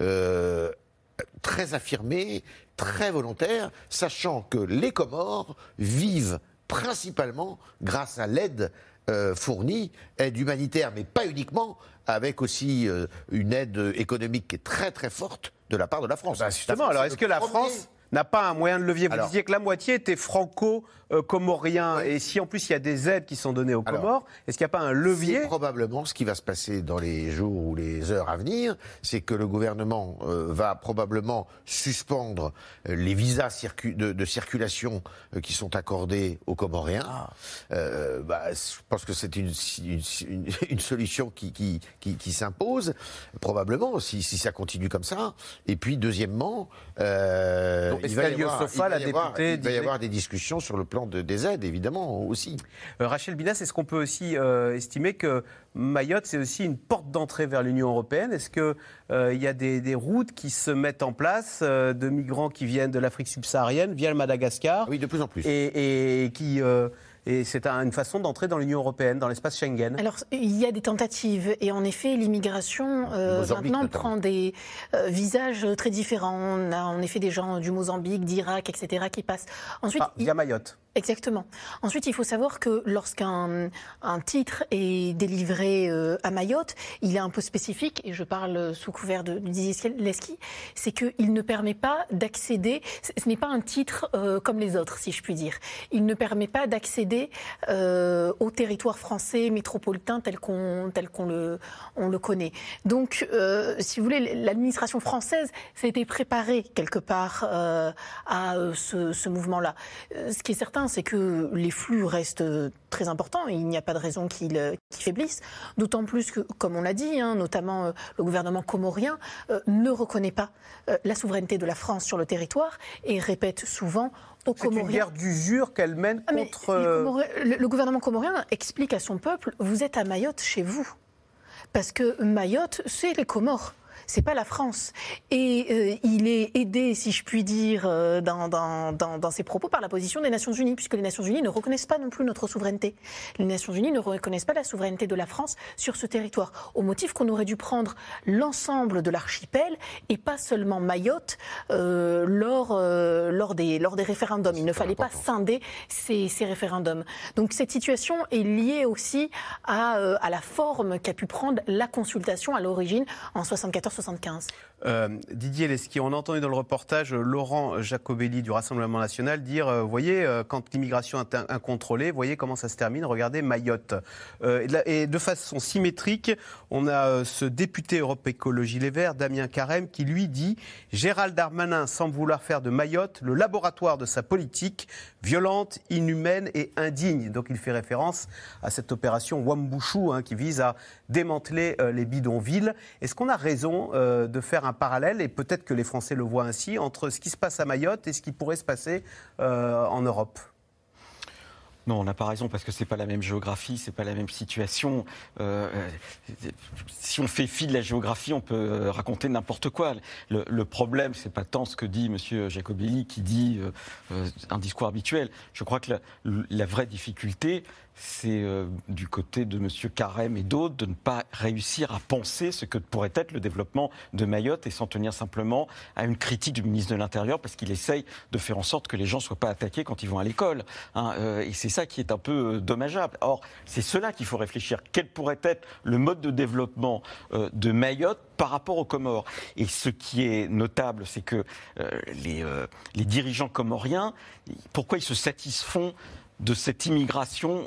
Speaker 2: euh, très affirmée, très volontaire, sachant que les Comores vivent principalement grâce à l'aide euh, fournie, aide humanitaire, mais pas uniquement, avec aussi euh, une aide économique qui est très très forte de la part de la France.
Speaker 1: Bah justement, alors est-ce que la
Speaker 2: premier...
Speaker 1: France n'a pas un moyen de levier? Vous
Speaker 2: alors,
Speaker 1: disiez que la moitié était franco-comorien, oui. Et si en plus il y a des aides qui sont données aux Comores, alors, est-ce qu'il n'y a pas un levier?
Speaker 2: C'est probablement ce qui va se passer dans les jours ou les heures à venir, c'est que le gouvernement euh, va probablement suspendre euh, les visas circu- de, de circulation euh, qui sont accordés aux Comoriens. Ah. Euh, bah, je pense que c'est une, une, une, une solution qui, qui, qui, qui s'impose, probablement, si, si ça continue comme ça. Et puis, deuxièmement... Euh,
Speaker 1: Donc, il va y avoir,
Speaker 2: Sofa,
Speaker 1: il va
Speaker 2: la députée,
Speaker 1: il va
Speaker 2: y avoir des discussions sur le plan de, des aides, évidemment, aussi.
Speaker 1: Euh, Rachel Binas, est-ce qu'on peut aussi euh, estimer que Mayotte, c'est aussi une porte d'entrée vers l'Union européenne? Est-ce qu'il euh, y a des, des routes qui se mettent en place euh, de migrants qui viennent de l'Afrique subsaharienne via le Madagascar?
Speaker 2: Oui, de plus en plus.
Speaker 1: Et, et qui... Euh, Et c'est une façon d'entrer dans l'Union européenne, dans l'espace Schengen.
Speaker 3: Alors, il y a des tentatives. Et en effet, l'immigration, euh, maintenant, prend des euh, visages très différents. On a en effet des gens du Mozambique, d'Irak, et cetera qui passent. Ensuite,
Speaker 1: ah, via Mayotte.
Speaker 3: Exactement. Ensuite, il faut savoir que lorsqu'un un titre est délivré euh, à Mayotte, il est un peu spécifique, et je parle sous couvert de, de Didier Lesky, c'est qu'il ne permet pas d'accéder, ce n'est pas un titre euh, comme les autres, si je puis dire. Il ne permet pas d'accéder euh, au territoire français métropolitain tel qu'on, tel qu'on le, on le connaît. Donc, euh, si vous voulez, l'administration française s'était préparée quelque part euh, à euh, ce, ce mouvement-là. Euh, ce qui est certain, c'est que les flux restent très importants et il n'y a pas de raison qu'ils, qu'ils faiblissent. D'autant plus que, comme on l'a dit, hein, notamment euh, le gouvernement comorien euh, ne reconnaît pas euh, la souveraineté de la France sur le territoire et répète souvent aux
Speaker 1: C'est Comoriens... une guerre d'usure qu'elle mène
Speaker 3: ah,
Speaker 1: contre...
Speaker 3: Comoriens, le, le gouvernement comorien explique à son peuple, vous êtes à Mayotte chez vous. Parce que Mayotte, c'est les Comores. C'est pas la France. Et euh, il est aidé, si je puis dire, euh, dans, dans, dans, dans ses propos par la position des Nations Unies, puisque les Nations Unies ne reconnaissent pas non plus notre souveraineté. Les Nations Unies ne reconnaissent pas la souveraineté de la France sur ce territoire, au motif qu'on aurait dû prendre l'ensemble de l'archipel et pas seulement Mayotte euh, lors, euh, lors, des, lors des référendums. Il ne fallait pas scinder ces, ces référendums. Donc cette situation est liée aussi à, euh, à la forme qu'a pu prendre la consultation à l'origine en soixante-quatorze soixante-quinze.
Speaker 1: Euh, Didier Lesky, on a entendu dans le reportage Laurent Jacobelli du Rassemblement National dire, euh, vous voyez, euh, quand l'immigration est incontrôlée, voyez comment ça se termine, regardez Mayotte. Euh, et, de la, et de façon symétrique, on a euh, ce député Europe Écologie Les Verts, Damien Carême, qui lui dit « Gérald Darmanin semble vouloir faire de Mayotte le laboratoire de sa politique, violente, inhumaine et indigne ». Donc il fait référence à cette opération Wambushu hein, qui vise à démanteler euh, les bidonvilles. Est-ce qu'on a raison euh, de faire un parallèle, et peut-être que les Français le voient ainsi, entre ce qui se passe à Mayotte et ce qui pourrait se passer euh, en Europe ?
Speaker 4: Non, on n'a pas raison parce que c'est pas la même géographie, c'est pas la même situation. Euh, si on fait fi de la géographie, on peut raconter n'importe quoi. Le, le problème, c'est pas tant ce que dit Monsieur Jacobelli, qui dit euh, euh, un discours habituel. Je crois que la, la vraie difficulté, c'est euh, du côté de Monsieur Carême et d'autres de ne pas réussir à penser ce que pourrait être le développement de Mayotte et s'en tenir simplement à une critique du ministre de l'Intérieur parce qu'il essaye de faire en sorte que les gens ne soient pas attaqués quand ils vont à l'école. Hein, euh, et c'est ça qui est un peu euh, dommageable. Or, c'est cela qu'il faut réfléchir. Quel pourrait être le mode de développement euh, de Mayotte par rapport aux Comores ? Et ce qui est notable, c'est que euh, les, euh, les dirigeants comoriens, pourquoi ils se satisfont de cette immigration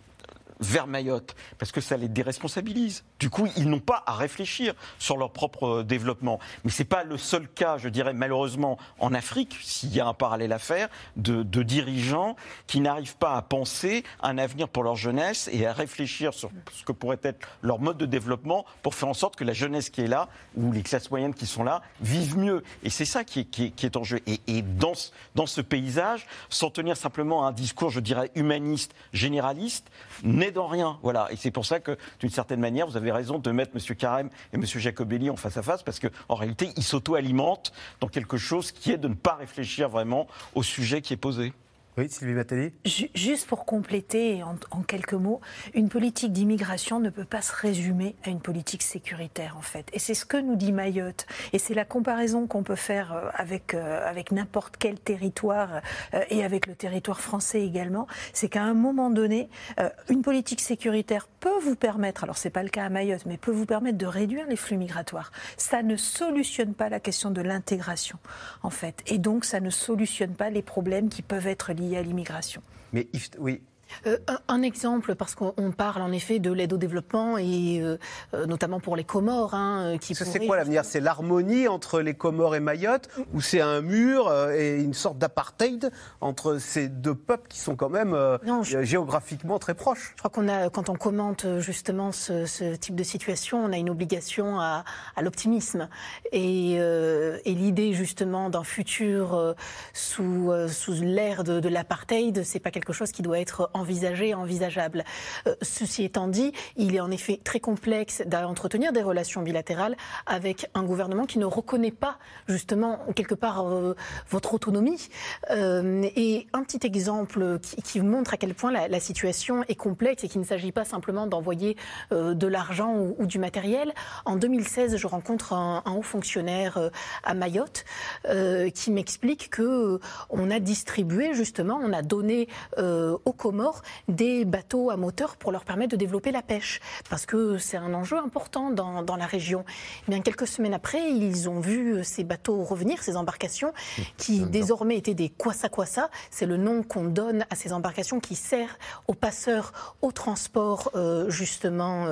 Speaker 4: vers Mayotte, parce que ça les déresponsabilise. Du coup, ils n'ont pas à réfléchir sur leur propre développement. Mais ce n'est pas le seul cas, je dirais malheureusement, en Afrique, s'il y a un parallèle à faire, de, de dirigeants qui n'arrivent pas à penser un avenir pour leur jeunesse et à réfléchir sur ce que pourrait être leur mode de développement pour faire en sorte que la jeunesse qui est là, ou les classes moyennes qui sont là, vivent mieux. Et c'est ça qui est, qui est, qui est en jeu. Et, et dans, ce, dans ce paysage, sans tenir simplement à un discours, je dirais, humaniste, généraliste, n'est dans rien. Voilà. Et c'est pour ça que, d'une certaine manière, vous avez raison de mettre M. Carême et M. Jacobelli en face à face, parce qu'en réalité, ils s'auto-alimentent dans quelque chose qui est de ne pas réfléchir vraiment au sujet qui est posé.
Speaker 1: Oui, Sylvie Matteli.
Speaker 5: Juste pour compléter en, en quelques mots, une politique d'immigration ne peut pas se résumer à une politique sécuritaire en fait. Et c'est ce que nous dit Mayotte. Et c'est la comparaison qu'on peut faire avec, euh, avec n'importe quel territoire euh, et avec le territoire français également. C'est qu'à un moment donné, euh, une politique sécuritaire peut vous permettre, alors c'est pas le cas à Mayotte, mais peut vous permettre de réduire les flux migratoires. Ça ne solutionne pas la question de l'intégration en fait. Et donc ça ne solutionne pas les problèmes qui peuvent être liés à l'immigration.
Speaker 1: Mais oui.
Speaker 3: Euh, un, un exemple, parce qu'on parle en effet de l'aide au développement et euh, notamment pour les Comores. Hein, qui
Speaker 1: c'est quoi l'avenir ? C'est l'harmonie entre les Comores et Mayotte, ou c'est un mur euh, et une sorte d'apartheid entre ces deux peuples qui sont quand même euh, non, je... géographiquement très proches ?
Speaker 3: Je crois qu'on a, quand on commente justement ce, ce type de situation, on a une obligation à, à l'optimisme. Et, euh, et l'idée justement d'un futur euh, sous, euh, sous l'ère de, de l'apartheid, c'est pas quelque chose qui doit être envisagé, envisageable. Euh, ceci étant dit, il est en effet très complexe d'entretenir des relations bilatérales avec un gouvernement qui ne reconnaît pas justement quelque part euh, votre autonomie. Euh, et un petit exemple qui, qui montre à quel point la, la situation est complexe et qu'il ne s'agit pas simplement d'envoyer euh, de l'argent ou, ou du matériel. En deux mille seize, je rencontre un, un haut fonctionnaire euh, à Mayotte euh, qui m'explique que euh, on a distribué justement, on a donné euh, aux Comores des bateaux à moteur pour leur permettre de développer la pêche, parce que c'est un enjeu important dans, dans la région. Et bien, quelques semaines après, ils ont vu ces bateaux revenir, ces embarcations, qui désormais étaient des kwassa-kwassa. C'est le nom qu'on donne à ces embarcations qui servent aux passeurs au transport euh, justement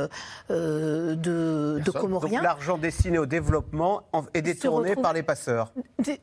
Speaker 3: euh, de, de Comoriens.
Speaker 1: Donc l'argent destiné au développement est détourné retrouve... par les passeurs.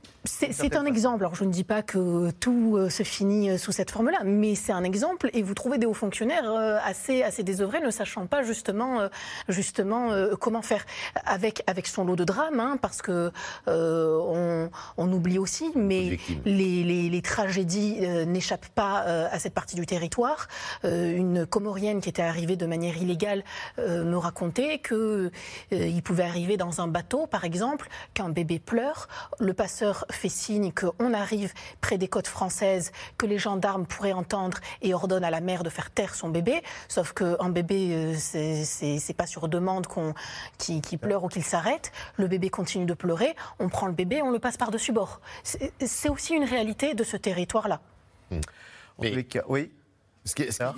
Speaker 3: C'est un exemple. Alors je ne dis pas que tout euh, se finit sous cette forme-là, mais c'est un exemple. Et vous trouvez des hauts fonctionnaires euh, assez, assez désœuvrés, ne sachant pas justement, euh, justement euh, comment faire, avec, avec son lot de drames, hein, parce que euh, on, on oublie aussi, mais les, les, les tragédies euh, n'échappent pas euh, à cette partie du territoire. Euh, une Comorienne qui était arrivée de manière illégale euh, me racontait qu'il euh, pouvait arriver dans un bateau, par exemple, qu'un bébé pleure, le passeur fait signe qu'on arrive près des côtes françaises, que les gendarmes pourraient entendre et ordonne à la mère de faire taire son bébé, sauf qu'un bébé, euh, c'est pas sur demande qu'on qui, qui pleure ou qu'il s'arrête. Le bébé continue de pleurer, on prend le bébé et on le passe par-dessus bord. C'est aussi une réalité de ce territoire-là.
Speaker 2: Mmh. Mais,
Speaker 1: oui.
Speaker 2: Ce qui, ce qui,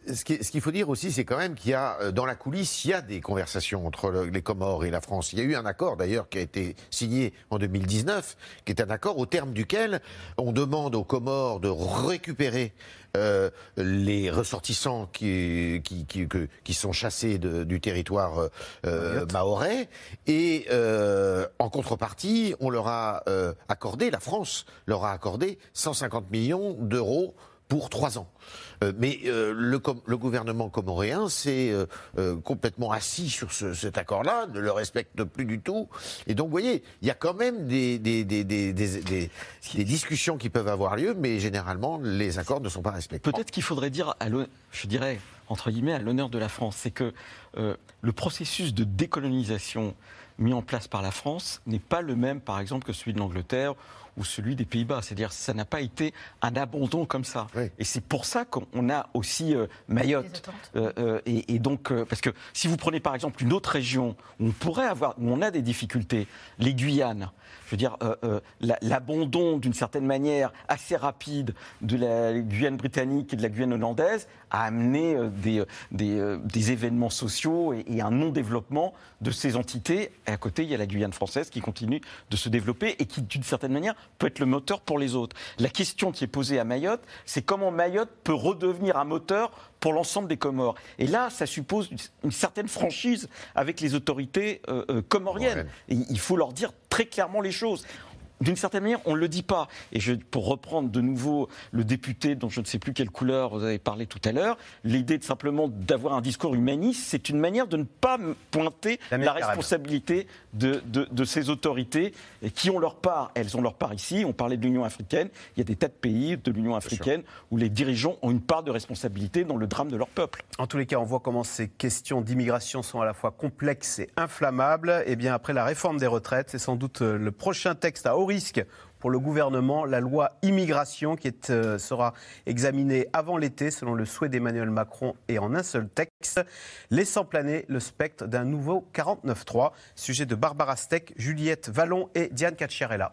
Speaker 2: ce qu'il faut dire aussi, c'est quand même qu'il y a, dans la coulisse, il y a des conversations entre le, les Comores et la France. Il y a eu un accord, d'ailleurs, qui a été signé en deux mille dix-neuf, qui est un accord au terme duquel on demande aux Comores de récupérer euh, les ressortissants qui, qui, qui, qui, qui sont chassés de, du territoire euh, mahorais. Et euh, en contrepartie, on leur a euh, accordé, la France leur a accordé cent cinquante millions d'euros pour trois ans. Euh, mais euh, le, le gouvernement comoréen s'est euh, euh, complètement assis sur ce, cet accord-là, ne le respecte plus du tout. Et donc, vous voyez, il y a quand même des, des, des, des, des, des, des discussions qui peuvent avoir lieu, mais généralement, les accords ne sont pas respectés.
Speaker 4: Peut-être qu'il faudrait dire, à je dirais, entre guillemets, à l'honneur de la France, c'est que euh, le processus de décolonisation mis en place par la France n'est pas le même, par exemple, que celui de l'Angleterre ou celui des Pays-Bas. C'est-à-dire ça n'a pas été un abandon comme ça. Oui. Et c'est pour ça qu'on a aussi euh, Mayotte. Euh, euh, et, et donc, euh, parce que si vous prenez par exemple une autre région où on pourrait avoir, où on a des difficultés, les Guyanes, je veux dire, euh, euh, l'abandon d'une certaine manière assez rapide de la Guyane britannique et de la Guyane hollandaise a amené euh, des, des, euh, des événements sociaux et, et un non-développement de ces entités. Et à côté, il y a la Guyane française qui continue de se développer et qui, d'une certaine manière, peut être le moteur pour les autres. La question qui est posée à Mayotte, c'est comment Mayotte peut redevenir un moteur pour l'ensemble des Comores. Et là, ça suppose une certaine franchise avec les autorités euh, euh, comoriennes. Ouais. Et il faut leur dire très clairement les choses. D'une certaine manière, on ne le dit pas. Et je, pour reprendre de nouveau le député dont je ne sais plus quelle couleur vous avez parlé tout à l'heure, l'idée de simplement d'avoir un discours humaniste, c'est une manière de ne pas pointer la, la responsabilité de, de, de ces autorités qui ont leur part. Elles ont leur part ici. On parlait de l'Union africaine. Il y a des tas de pays de l'Union africaine où les dirigeants ont une part de responsabilité dans le drame de leur peuple.
Speaker 1: En tous les cas, on voit comment ces questions d'immigration sont à la fois complexes et inflammables. Et bien après la réforme des retraites, c'est sans doute le prochain texte à haut risque pour le gouvernement, la loi immigration qui est, euh, sera examinée avant l'été selon le souhait d'Emmanuel Macron et en un seul texte, laissant planer le spectre d'un nouveau quarante-neuf trois. Sujet de Barbara Steck, Juliette Vallon et Diane Cacciarella.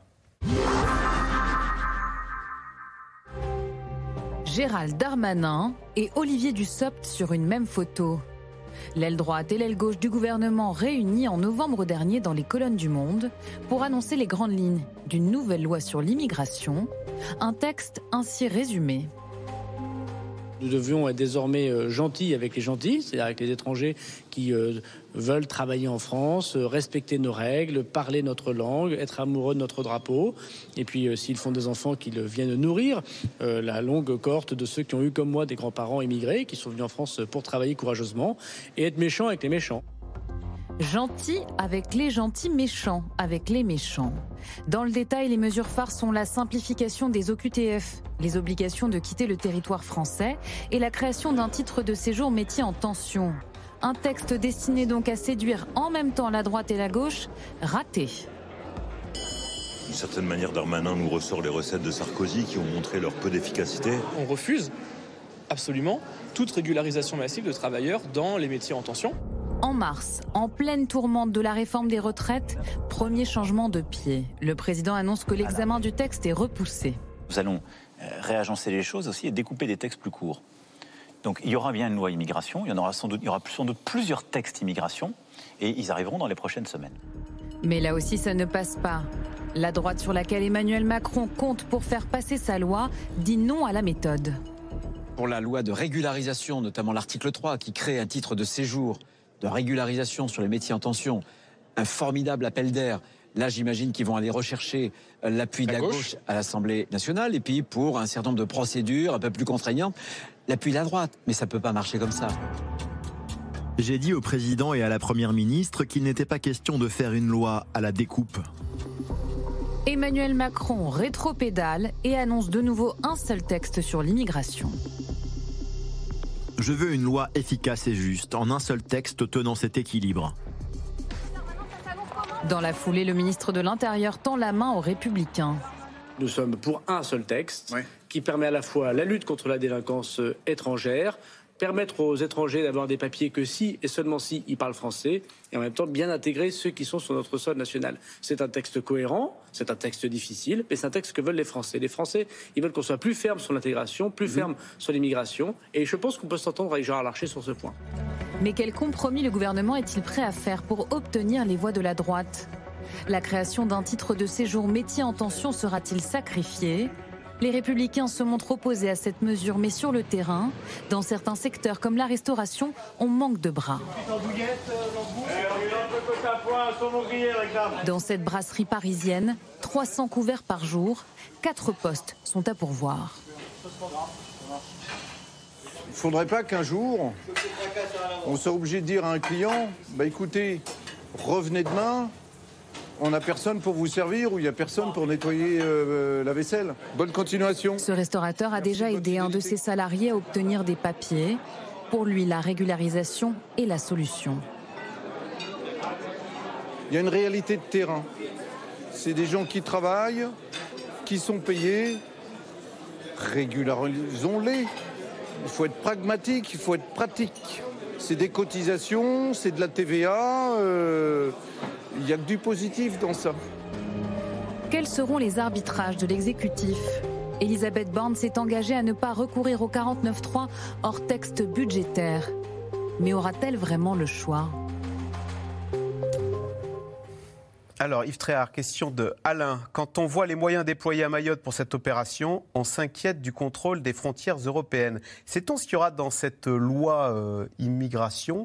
Speaker 12: Gérald Darmanin et Olivier Dussopt sur une même photo. L'aile droite et l'aile gauche du gouvernement réunis en novembre dernier dans les colonnes du Monde pour annoncer les grandes lignes d'une nouvelle loi sur l'immigration, un texte ainsi résumé.
Speaker 8: Nous devions être désormais gentils avec les gentils, c'est-à-dire avec les étrangers qui euh, veulent travailler en France, euh, respecter nos règles, parler notre langue, être amoureux de notre drapeau. Et puis euh, s'ils font des enfants, qu'ils viennent nourrir euh, la longue cohorte de ceux qui ont eu comme moi des grands-parents immigrés, qui sont venus en France pour travailler courageusement, et être méchants avec les méchants.
Speaker 12: Gentils avec les gentils, méchants avec les méchants. Dans le détail, les mesures phares sont la simplification des O Q T F, les obligations de quitter le territoire français et la création d'un titre de séjour métier en tension. Un texte destiné donc à séduire en même temps la droite et la gauche, raté.
Speaker 20: D'une certaine manière, Darmanin nous ressort les recettes de Sarkozy qui ont montré leur peu d'efficacité.
Speaker 21: On refuse absolument toute régularisation massive de travailleurs dans les métiers en tension.
Speaker 12: En mars, en pleine tourmente de la réforme des retraites, premier changement de pied. Le président annonce que l'examen du texte est repoussé.
Speaker 22: Nous allons réagencer les choses aussi et découper des textes plus courts. Donc il y aura bien une loi immigration, il y en aura sans doute, il y aura sans doute plusieurs textes immigration et ils arriveront dans les prochaines semaines.
Speaker 12: Mais là aussi, ça ne passe pas. La droite sur laquelle Emmanuel Macron compte pour faire passer sa loi dit non à la méthode.
Speaker 23: Pour la loi de régularisation, notamment l'article trois qui crée un titre de séjour de régularisation sur les métiers en tension, un formidable appel d'air. Là, j'imagine qu'ils vont aller rechercher l'appui de la gauche. gauche à l'Assemblée nationale et puis pour un certain nombre de procédures un peu plus contraignantes, l'appui de la droite. Mais ça ne peut pas marcher comme ça.
Speaker 6: J'ai dit au président et à la première ministre qu'il n'était pas question de faire une loi à la découpe.
Speaker 12: Emmanuel Macron rétropédale et annonce de nouveau un seul texte sur l'immigration.
Speaker 6: Je veux une loi efficace et juste, en un seul texte tenant cet équilibre.
Speaker 12: Dans la foulée, le ministre de l'Intérieur tend la main aux Républicains.
Speaker 8: Nous sommes pour un seul texte oui. qui permet à la fois la lutte contre la délinquance étrangère, permettre aux étrangers d'avoir des papiers que si et seulement si ils parlent français, et en même temps bien intégrer ceux qui sont sur notre sol national. C'est un texte cohérent, c'est un texte difficile, mais c'est un texte que veulent les Français. Les Français, ils veulent qu'on soit plus ferme sur l'intégration, plus ferme mmh. sur l'immigration, et je pense qu'on peut s'entendre avec Gérard Larcher sur ce point.
Speaker 12: Mais quel compromis le gouvernement est-il prêt à faire pour obtenir les voix de la droite ? La création d'un titre de séjour métier en tension sera-t-il sacrifiée ? Les Républicains se montrent opposés à cette mesure, mais sur le terrain, dans certains secteurs comme la restauration, on manque de bras. Dans cette brasserie parisienne, trois cents couverts par jour, quatre postes sont à pourvoir.
Speaker 7: Il ne faudrait pas qu'un jour, on soit obligé de dire à un client, bah écoutez, revenez demain. On n'a personne pour vous servir ou il n'y a personne pour nettoyer euh, la vaisselle. Bonne continuation.
Speaker 12: Ce restaurateur a déjà aidé un de ses salariés à obtenir des papiers. Pour lui, la régularisation est la solution.
Speaker 7: Il y a une réalité de terrain. C'est des gens qui travaillent, qui sont payés. Régularisons-les. Il faut être pragmatique, il faut être pratique. C'est des cotisations, c'est de la T V A... Euh... Il n'y a que du positif dans ça.
Speaker 12: Quels seront les arbitrages de l'exécutif ? Elisabeth Borne s'est engagée à ne pas recourir au quarante-neuf trois hors texte budgétaire. Mais aura-t-elle vraiment le choix ?
Speaker 1: Alors, Yves Tréhard, question de Alain. Quand on voit les moyens déployés à Mayotte pour cette opération, on s'inquiète du contrôle des frontières européennes. Sait-on ce qu'il y aura dans cette loi euh, immigration ?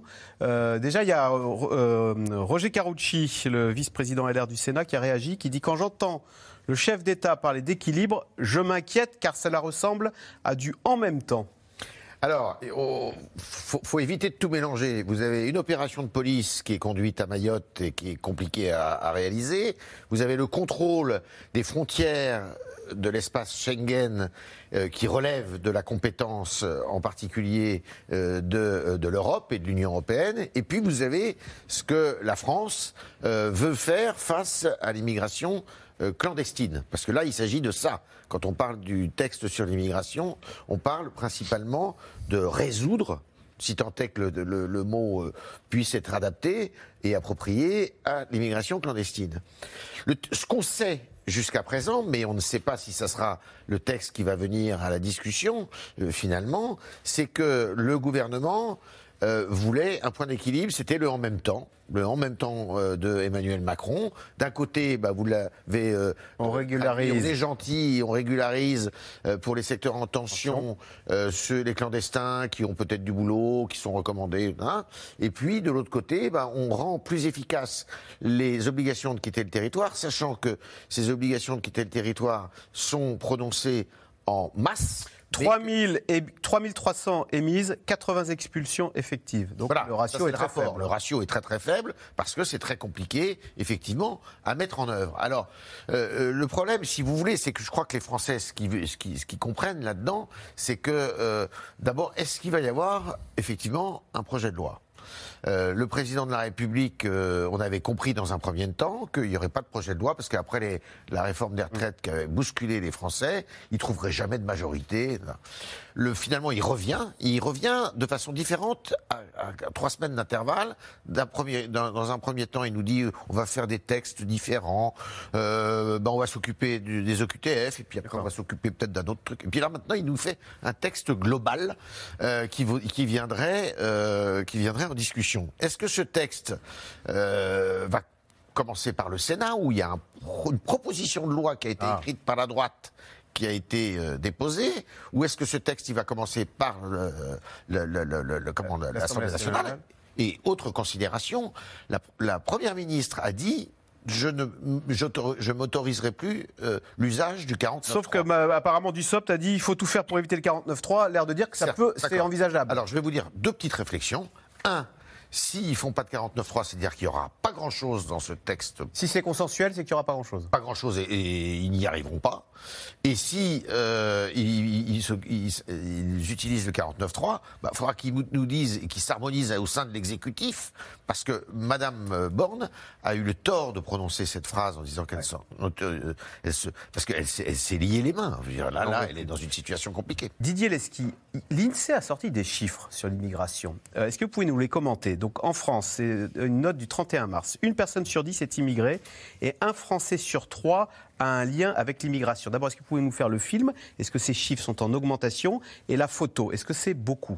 Speaker 1: euh, Déjà, il y a euh, Roger Carucci, le vice-président L R du Sénat, qui a réagi, qui dit « Quand j'entends le chef d'État parler d'équilibre, je m'inquiète car cela ressemble à du « en même temps ».
Speaker 2: Alors, il oh, faut, faut éviter de tout mélanger. Vous avez une opération de police qui est conduite à Mayotte et qui est compliquée à, à réaliser. Vous avez le contrôle des frontières de l'espace Schengen euh, qui relève de la compétence euh, en particulier euh, de, euh, de l'Europe et de l'Union européenne. Et puis vous avez ce que la France euh, veut faire face à l'immigration euh, clandestine. Parce que là, il s'agit de ça. Quand on parle du texte sur l'immigration, on parle principalement de résoudre, si tant est que le, le, le mot euh, puisse être adapté et approprié à l'immigration clandestine. Le, ce qu'on sait jusqu'à présent, mais on ne sait pas si ça sera le texte qui va venir à la discussion, euh, finalement, c'est que le gouvernement euh, voulait un point d'équilibre, c'était le « en même temps ». Le en même temps euh, de Emmanuel Macron. D'un côté, bah, vous l'avez... Euh,
Speaker 1: on régularise.
Speaker 2: On est gentil, on régularise euh, pour les secteurs en tension, euh, ceux, les clandestins qui ont peut-être du boulot, qui sont recommandés. Hein. Et puis, de l'autre côté, bah, on rend plus efficaces les obligations de quitter le territoire, sachant que ces obligations de quitter le territoire sont prononcées en masse.
Speaker 1: trois mille trois cents émises, quatre-vingts expulsions effectives. Donc voilà, le ratio est, est très rapport. faible.
Speaker 2: Le ratio est très très faible parce que c'est très compliqué, effectivement, à mettre en œuvre. Alors, euh, le problème, si vous voulez, c'est que je crois que les Français, ce qu'ils ce qui, ce qui comprennent là-dedans, c'est que, euh, d'abord, est-ce qu'il va y avoir, effectivement, un projet de loi ? Euh, le président de la République, euh, on avait compris dans un premier temps qu'il n'y aurait pas de projet de loi parce qu'après les, la réforme des retraites qui avait bousculé les Français, il ne trouverait jamais de majorité. Le, finalement, il revient, il revient de façon différente à, à, à trois semaines d'intervalle. D'un premier, dans, dans un premier temps, il nous dit on va faire des textes différents, euh, ben on va s'occuper du, des O Q T F et puis après on va s'occuper peut-être d'un autre truc. Et puis là maintenant, il nous fait un texte global euh, qui, qui viendrait, euh, qui viendrait en discussion. Est-ce que ce texte euh, va commencer par le Sénat, où il y a un, une proposition de loi qui a été ah. écrite par la droite, qui a été euh, déposée, ou est-ce que ce texte il va commencer par le, le, le, le, le, comment, l'Assemblée nationale, nationale Et autre considération, la, la Première ministre a dit je ne je m'autoriserai plus euh, l'usage du quarante-neuf trois.
Speaker 1: Sauf que bah, apparemment Dussopt a dit il faut tout faire pour éviter le quarante-neuf trois, l'air de dire que ça peut, c'est envisageable.
Speaker 2: Alors je vais vous dire deux petites réflexions. Un, S'ils ne font pas de quarante-neuf trois, c'est-à-dire qu'il n'y aura pas grand-chose dans ce texte.
Speaker 1: Si c'est consensuel, c'est qu'il n'y aura pas grand-chose.
Speaker 2: Pas grand-chose et, et ils n'y arriveront pas. Et si euh, ils, ils, ils, ils utilisent le quarante-neuf trois, il bah, faudra qu'ils nous disent et qu'ils s'harmonisent au sein de l'exécutif, parce que Madame Borne a eu le tort de prononcer cette phrase en disant qu'elle sort, euh, elle se, parce qu'elle elle s'est liée les mains. Je veux dire, là, là, elle est dans une situation compliquée.
Speaker 1: Didier Lesky, l'INSEE a sorti des chiffres sur l'immigration. Euh, est-ce que vous pouvez nous les commenter? Donc en France, c'est une note du trente et un mars. Une personne sur dix est immigrée et un Français sur trois a un lien avec l'immigration. D'abord, est-ce que vous pouvez nous faire le film? Est-ce que ces chiffres sont en augmentation? Et la photo, est-ce que c'est beaucoup?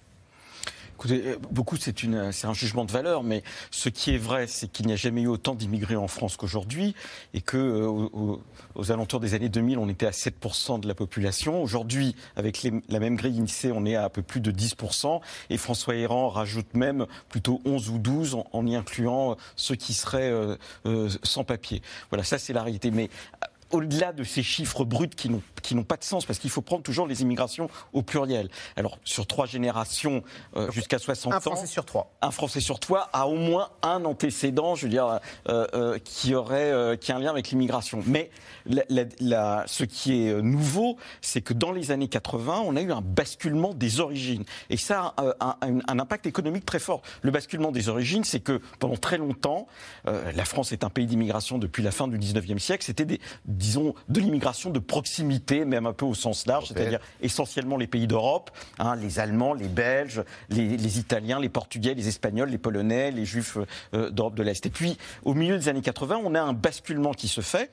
Speaker 4: Écoutez, beaucoup, c'est, une, c'est un jugement de valeur, mais ce qui est vrai, c'est qu'il n'y a jamais eu autant d'immigrés en France qu'aujourd'hui, et que euh, aux, aux alentours des années deux mille, on était à sept pour cent de la population. Aujourd'hui, avec les, la même grille INSEE, on est à un peu plus de dix pour cent, et François Héran rajoute même plutôt onze ou douze, en, en y incluant ceux qui seraient euh, euh, sans papier. Voilà, ça c'est la réalité. Mais au-delà de ces chiffres bruts qui n'ont, qui n'ont pas de sens, parce qu'il faut prendre toujours les immigrations au pluriel. Alors, sur trois générations, euh, jusqu'à soixante ans...
Speaker 1: Un Français sur trois.
Speaker 4: Un Français sur trois a au moins un antécédent, je veux dire, euh, euh, qui aurait, euh, qui a un lien avec l'immigration. Mais la, la, la, ce qui est nouveau, c'est que dans les années quatre-vingts, on a eu un basculement des origines. Et ça a un, un, un impact économique très fort. Le basculement des origines, c'est que pendant très longtemps, euh, la France est un pays d'immigration depuis la fin du dix-neuvième siècle, c'était des disons, de l'immigration de proximité, même un peu au sens large, okay. C'est-à-dire essentiellement les pays d'Europe, hein, les Allemands, les Belges, les, les Italiens, les Portugais, les Espagnols, les Polonais, les Juifs euh, d'Europe de l'Est. Et puis, au milieu des années quatre-vingts, on a un basculement qui se fait.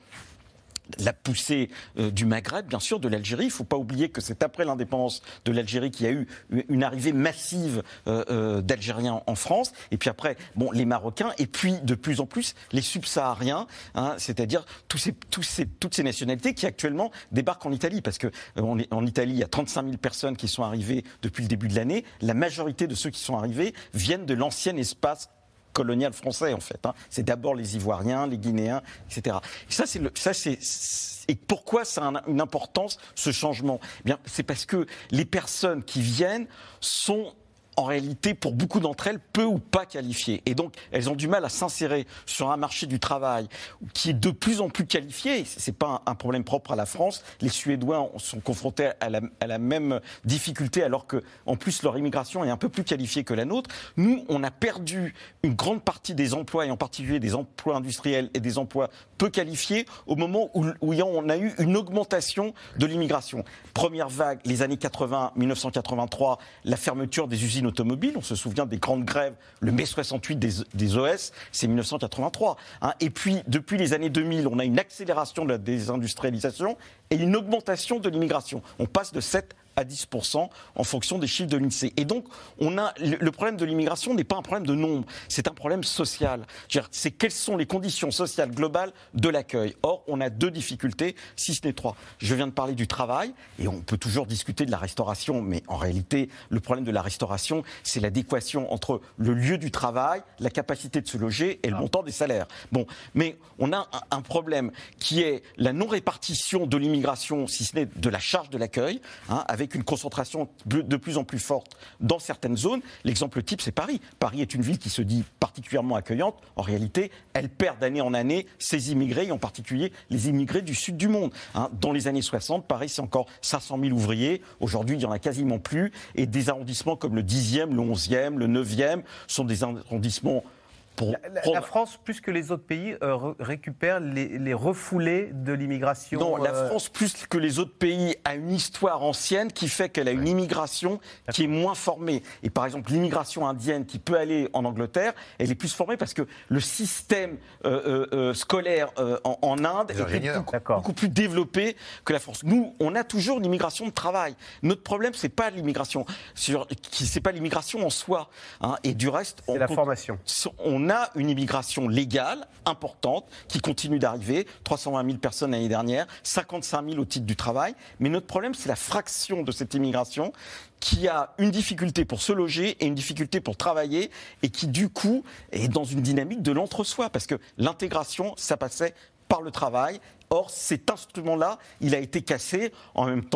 Speaker 4: La poussée euh, du Maghreb, bien sûr, de l'Algérie. Il ne faut pas oublier que c'est après l'indépendance de l'Algérie qu'il y a eu une arrivée massive euh, euh, d'Algériens en France. Et puis après, bon, les Marocains. Et puis, de plus en plus, les subsahariens, hein, c'est-à-dire tous ces, tous ces, toutes ces nationalités qui actuellement débarquent en Italie. Parce qu'en euh, en Italie, il y a trente-cinq mille personnes qui sont arrivées depuis le début de l'année. La majorité de ceux qui sont arrivés viennent de l'ancien espace colonial français, en fait. Hein. C'est d'abord les Ivoiriens, les Guinéens, et cetera. Et ça, c'est le, ça, c'est, et pourquoi ça a un, une importance, ce changement? Eh bien, c'est parce que les personnes qui viennent sont en réalité, pour beaucoup d'entre elles, peu ou pas qualifiées. Et donc, elles ont du mal à s'insérer sur un marché du travail qui est de plus en plus qualifié. Ce n'est pas un problème propre à la France. Les Suédois sont confrontés à la, à la même difficulté, alors qu'en plus, leur immigration est un peu plus qualifiée que la nôtre. Nous, on a perdu une grande partie des emplois, et en particulier des emplois industriels et des emplois peu qualifiés, au moment où, où on a eu une augmentation de l'immigration. Première vague, les années quatre-vingts, mille neuf cent quatre-vingt-trois, la fermeture des usines automobiles. On se souvient des grandes grèves, le mai soixante-huit des, des O S, c'est mille neuf cent quatre-vingt-trois. Hein. Et puis, depuis les années deux mille, on a une accélération de la désindustrialisation et une augmentation de l'immigration. On passe de sept à dix pour cent en fonction des chiffres de l'INSEE. Et donc, on a, le problème de l'immigration n'est pas un problème de nombre, c'est un problème social. C'est quelles sont les conditions sociales globales de l'accueil. Or, on a deux difficultés, si ce n'est trois. Je viens de parler du travail, et on peut toujours discuter de la restauration, mais en réalité, le problème de la restauration, c'est l'adéquation entre le lieu du travail, la capacité de se loger et le montant des salaires. Bon, mais on a un, un problème qui est la non-répartition de l'immigration, si ce n'est de la charge de l'accueil, hein, avec avec une concentration de plus en plus forte dans certaines zones. L'exemple type, c'est Paris. Paris est une ville qui se dit particulièrement accueillante. En réalité, elle perd d'année en année ses immigrés, et en particulier les immigrés du sud du monde. Hein, dans les années soixante, Paris, c'est encore cinq cent mille ouvriers. Aujourd'hui, il n'y en a quasiment plus. Et des arrondissements comme le dixième, le onzième, le neuvième sont des arrondissements...
Speaker 1: La, la, la France, plus que les autres pays, euh, récupère les, les refoulés de l'immigration.
Speaker 4: Non,
Speaker 1: euh...
Speaker 4: la France, plus que les autres pays, a une histoire ancienne qui fait qu'elle a une immigration qui est moins formée. Et par exemple, l'immigration indienne qui peut aller en Angleterre, elle est plus formée parce que le système euh, euh, scolaire euh, en, en Inde est beaucoup, beaucoup plus développé que la France. Nous, on a toujours une immigration de travail. Notre problème, c'est pas l'immigration, c'est pas l'immigration en soi. Hein, et du reste,
Speaker 1: c'est la formation.
Speaker 4: On a une immigration légale importante qui continue d'arriver, trois cent vingt mille personnes l'année dernière, cinquante-cinq mille au titre du travail. Mais notre problème, c'est la fraction de cette immigration qui a une difficulté pour se loger et une difficulté pour travailler et qui, du coup, est dans une dynamique de l'entre-soi. Parce que l'intégration, ça passait par le travail. Or, cet instrument-là, il a été cassé en même temps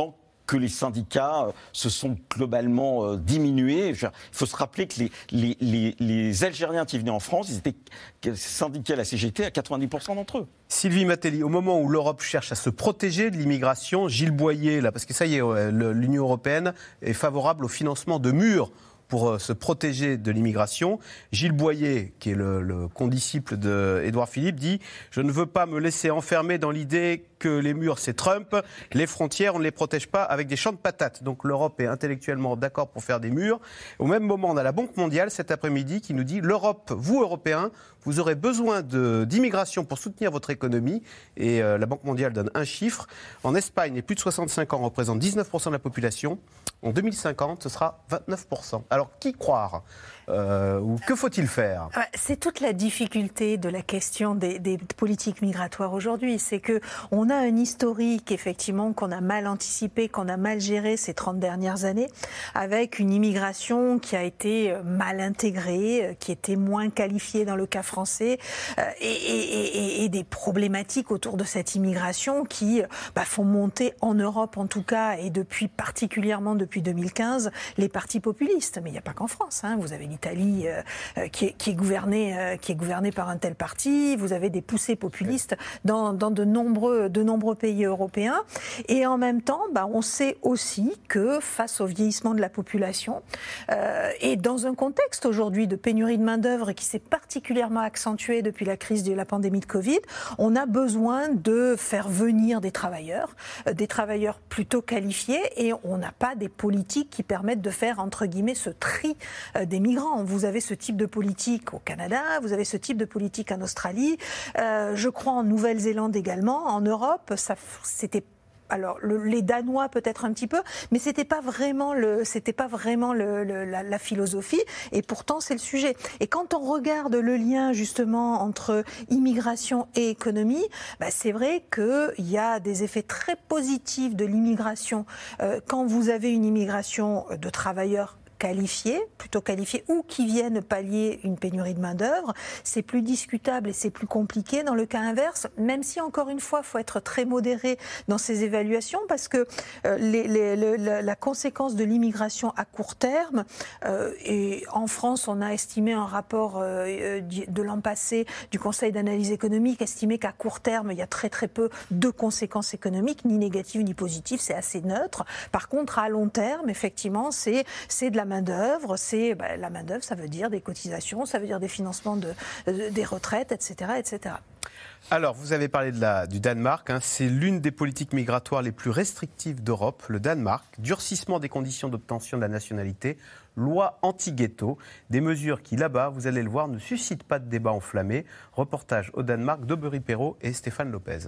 Speaker 4: que les syndicats se sont globalement diminués. Il faut se rappeler que les, les, les, les Algériens qui venaient en France, ils étaient syndiqués à la C G T à quatre-vingt-dix pour cent d'entre eux.
Speaker 1: Sylvie Matelli, au moment où l'Europe cherche à se protéger de l'immigration, Gilles Boyer, là, parce que ça y est, l'Union européenne est favorable au financement de murs pour se protéger de l'immigration. Gilles Boyer, qui est le, le condisciple d'Édouard Philippe, dit « Je ne veux pas me laisser enfermer dans l'idée que les murs, c'est Trump. Les frontières, on ne les protège pas avec des champs de patates. » Donc l'Europe est intellectuellement d'accord pour faire des murs. Au même moment, on a la Banque mondiale cet après-midi qui nous dit « L'Europe, vous Européens, vous aurez besoin d'immigration pour soutenir votre économie. » Et euh, la Banque mondiale donne un chiffre. En Espagne, les plus de soixante-cinq ans représentent dix-neuf pour cent de la population. En deux mille cinquante, ce sera vingt-neuf pour cent. Alors, qui croire euh, ou que faut-il faire?
Speaker 5: C'est toute la difficulté de la question des, des politiques migratoires aujourd'hui. C'est qu'on a un historique, effectivement, qu'on a mal anticipé, qu'on a mal géré ces trente dernières années, avec une immigration qui a été mal intégrée, qui était moins qualifiée dans le cas français, et, et, et, et des problématiques autour de cette immigration qui bah, font monter en Europe, en tout cas, et depuis particulièrement depuis deux mille quinze, les partis populistes. Mais il n'y a pas qu'en France. Hein. Vous avez l'Italie euh, qui, qui, est gouvernée, euh, qui est gouvernée par un tel parti. Vous avez des poussées populistes dans, dans de, nombreux, de nombreux pays européens. Et en même temps, bah, on sait aussi que face au vieillissement de la population, euh, et dans un contexte aujourd'hui de pénurie de main-d'œuvre qui s'est particulièrement accentué depuis la crise de la pandémie de Covid, on a besoin de faire venir des travailleurs, euh, des travailleurs plutôt qualifiés, et on n'a pas des politiques qui permettent de faire, entre guillemets, ce tri euh, des migrants. Vous avez ce type de politique au Canada, vous avez ce type de politique en Australie, euh, je crois en Nouvelle-Zélande également, en Europe, ça, c'était alors le, les Danois peut-être un petit peu, mais c'était pas vraiment le, c'était pas vraiment le, le, la, la philosophie. Et pourtant c'est le sujet. Et quand on regarde le lien justement entre immigration et économie, bah, c'est vrai qu'il y a des effets très positifs de l'immigration euh, quand vous avez une immigration de travailleurs qualifiés, plutôt qualifiés, ou qui viennent pallier une pénurie de main-d'œuvre. C'est plus discutable et c'est plus compliqué dans le cas inverse, même si, encore une fois, il faut être très modéré dans ces évaluations, parce que euh, les, les, le, la, la conséquence de l'immigration à court terme, euh, et en France, on a estimé un rapport euh, de l'an passé du Conseil d'analyse économique, estimé qu'à court terme, il y a très très peu de conséquences économiques, ni négatives ni positives, c'est assez neutre. Par contre, à long terme, effectivement, c'est c'est de la main-d'œuvre, c'est bah, la main-d'œuvre, ça veut dire des cotisations, ça veut dire des financements de, de, des retraites, et cetera, et cetera.
Speaker 1: Alors, vous avez parlé de la, du Danemark, hein, c'est l'une des politiques migratoires les plus restrictives d'Europe, le Danemark, durcissement des conditions d'obtention de la nationalité, loi anti-ghetto, des mesures qui, là-bas, vous allez le voir, ne suscitent pas de débat enflammé. Reportage au Danemark d'Aubery Perrault et Stéphane Lopez.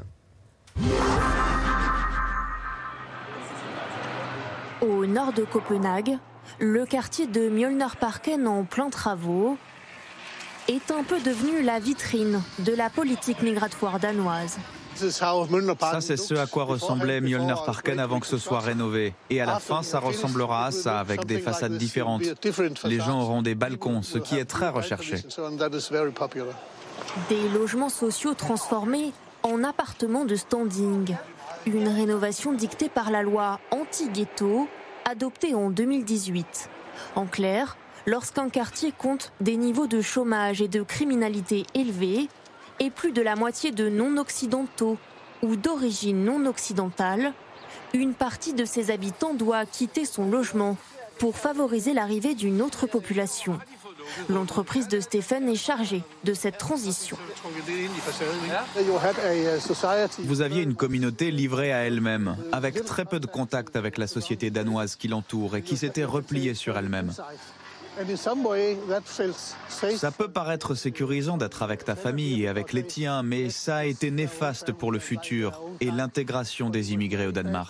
Speaker 9: Au nord de Copenhague, le quartier de Mjølnerparken en plein travaux est un peu devenu la vitrine de la politique migratoire danoise.
Speaker 17: Ça, c'est ce à quoi ressemblait Mjølnerparken avant que ce soit rénové. Et à la fin, ça ressemblera à ça, avec des façades différentes. Les gens auront des balcons, ce qui est très recherché.
Speaker 9: Des logements sociaux transformés en appartements de standing. Une rénovation dictée par la loi anti-ghetto, adoptée en deux mille dix-huit. En clair, lorsqu'un quartier compte des niveaux de chômage et de criminalité élevés et plus de la moitié de non-occidentaux ou d'origine non-occidentale, une partie de ses habitants doit quitter son logement pour favoriser l'arrivée d'une autre population. L'entreprise de Stéphane est chargée de cette transition.
Speaker 17: Vous aviez une communauté livrée à elle-même, avec très peu de contact avec la société danoise qui l'entoure et qui s'était repliée sur elle-même. Ça peut paraître sécurisant d'être avec ta famille et avec les tiens, mais ça a été néfaste pour le futur et l'intégration des immigrés au Danemark.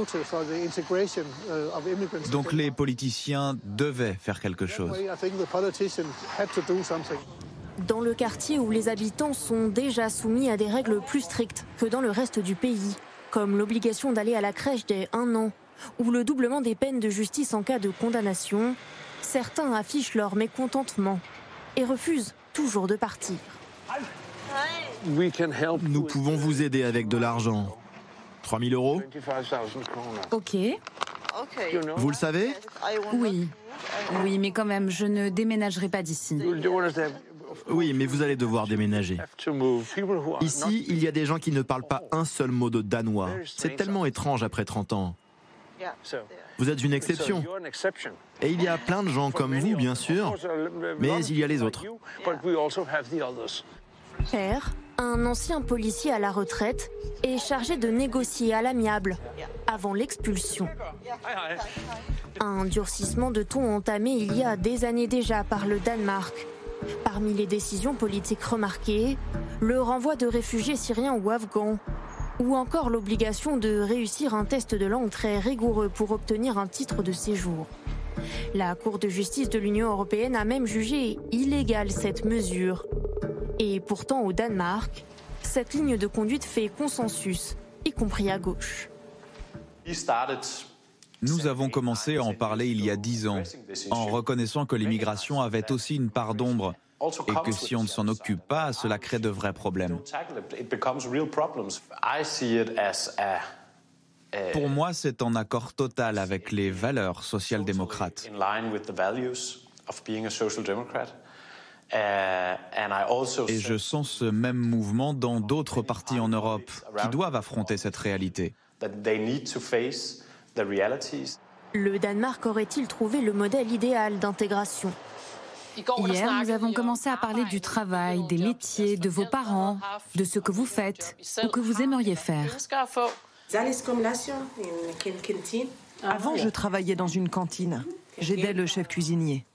Speaker 17: Donc les politiciens devaient faire quelque chose.
Speaker 9: Dans le quartier où les habitants sont déjà soumis à des règles plus strictes que dans le reste du pays, comme l'obligation d'aller à la crèche dès un an ou le doublement des peines de justice en cas de condamnation, certains affichent leur mécontentement et refusent toujours de partir.
Speaker 6: Nous pouvons vous aider avec de l'argent. trois mille euros.
Speaker 12: Ok.
Speaker 6: Vous le savez?
Speaker 12: Oui. Oui, mais quand même, je ne déménagerai pas d'ici.
Speaker 6: Oui, mais vous allez devoir déménager. Ici, il y a des gens qui ne parlent pas un seul mot de danois. C'est tellement étrange après trente ans. Vous êtes une exception. Et il y a plein de gens comme vous, bien sûr, mais il y a les autres.
Speaker 9: Père, un ancien policier à la retraite, est chargé de négocier à l'amiable avant l'expulsion. Un durcissement de ton entamé il y a des années déjà par le Danemark. Parmi les décisions politiques remarquées, le renvoi de réfugiés syriens ou afghans, ou encore l'obligation de réussir un test de langue très rigoureux pour obtenir un titre de séjour. La Cour de justice de l'Union européenne a même jugé illégale cette mesure. Et pourtant, au Danemark, cette ligne de conduite fait consensus, y compris à gauche.
Speaker 17: Nous avons commencé à en parler il y a dix ans, en reconnaissant que l'immigration avait aussi une part d'ombre et que si on ne s'en occupe pas, cela crée de vrais problèmes. Pour moi, c'est en accord total avec les valeurs social-démocrates. Et je sens ce même mouvement dans d'autres partis en Europe qui doivent affronter cette réalité.
Speaker 9: Le Danemark aurait-il trouvé le modèle idéal d'intégration ?
Speaker 12: Hier, nous avons commencé à parler du travail, des métiers, de vos parents, de ce que vous faites ou que vous aimeriez faire.
Speaker 10: Avant, je travaillais dans une cantine. J'aidais le chef cuisinier.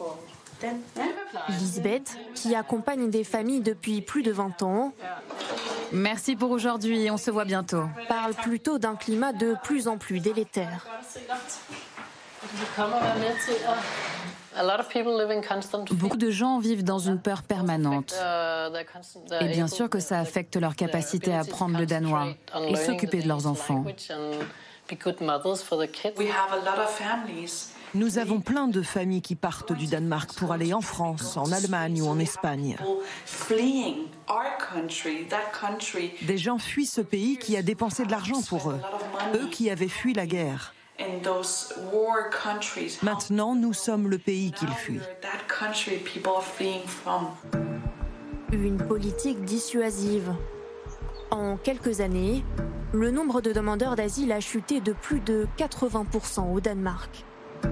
Speaker 9: Lisbeth, qui accompagne des familles depuis plus de vingt ans,
Speaker 12: merci pour aujourd'hui, on se voit bientôt,
Speaker 9: parle plutôt d'un climat de plus en plus délétère.
Speaker 12: Beaucoup de gens vivent dans une peur permanente. Et bien sûr que ça affecte leur capacité à apprendre le danois et s'occuper de leurs enfants.
Speaker 10: Nous avons plein de familles qui partent du Danemark pour aller en France, en Allemagne ou en Espagne. Des gens fuient ce pays qui a dépensé de l'argent pour eux, eux qui avaient fui la guerre. Maintenant, nous sommes le pays qu'ils fuient.
Speaker 9: Une politique dissuasive. En quelques années, le nombre de demandeurs d'asile a chuté de plus de quatre-vingts pour cent au Danemark.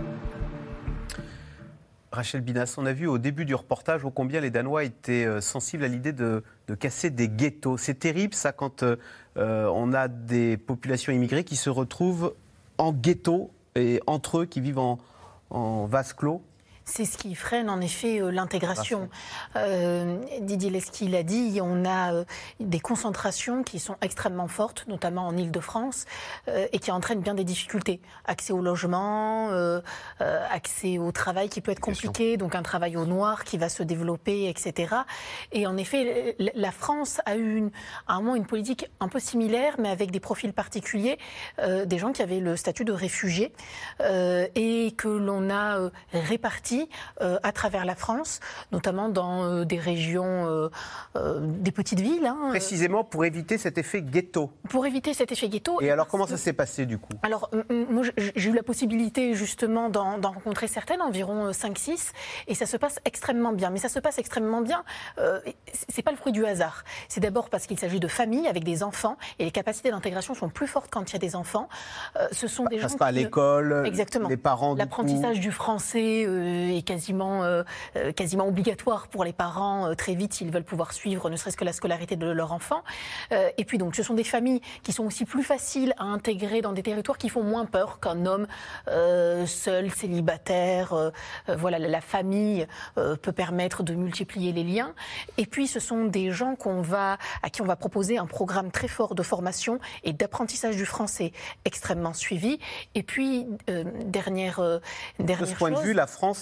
Speaker 1: Rachel Binas, on a vu au début du reportage ô combien les Danois étaient sensibles à l'idée de, de casser des ghettos. C'est terrible ça quand euh, on a des populations immigrées qui se retrouvent en ghetto et entre eux qui vivent en, en vase clos.
Speaker 3: C'est ce qui freine en effet euh, l'intégration. Euh, Didier Lesky l'a dit, on a euh, des concentrations qui sont extrêmement fortes, notamment en Île-de-France, euh, et qui entraînent bien des difficultés. Accès au logement, euh, euh, accès au travail qui peut être compliqué, donc un travail au noir qui va se développer, et cetera. Et en effet, la France a eu une, à un moment une politique un peu similaire, mais avec des profils particuliers, euh, des gens qui avaient le statut de réfugiés euh, et que l'on a euh, répartis Euh, à travers la France, notamment dans euh, des régions, euh, euh, des petites villes. Hein,
Speaker 1: Précisément pour éviter cet effet ghetto.
Speaker 3: Pour éviter cet effet ghetto.
Speaker 1: Et, et alors comment ça s'est passé du coup ?
Speaker 3: Alors moi j'ai eu la possibilité justement d'en, d'en rencontrer certaines, environ cinq six, et ça se passe extrêmement bien. Mais ça se passe extrêmement bien, euh, c'est pas le fruit du hasard. C'est d'abord parce qu'il s'agit de familles avec des enfants, et les capacités d'intégration sont plus fortes quand il y a des enfants. Euh, ce sont des
Speaker 1: ça
Speaker 3: gens
Speaker 1: se passe à l'école,
Speaker 3: exactement.
Speaker 1: Les parents.
Speaker 3: L'apprentissage
Speaker 1: du,
Speaker 3: du français euh, est quasiment, euh, quasiment obligatoire pour les parents. Euh, très vite, ils veulent pouvoir suivre ne serait-ce que la scolarité de leur enfant. Euh, et puis donc, ce sont des familles qui sont aussi plus faciles à intégrer dans des territoires qui font moins peur qu'un homme euh, seul, célibataire. Euh, euh, voilà, la famille euh, peut permettre de multiplier les liens. Et puis, ce sont des gens qu'on va, à qui on va proposer un programme très fort de formation et d'apprentissage du français extrêmement suivi. Et puis, euh, dernière, euh, dernière
Speaker 1: de ce point
Speaker 3: chose,
Speaker 1: de vue, la France est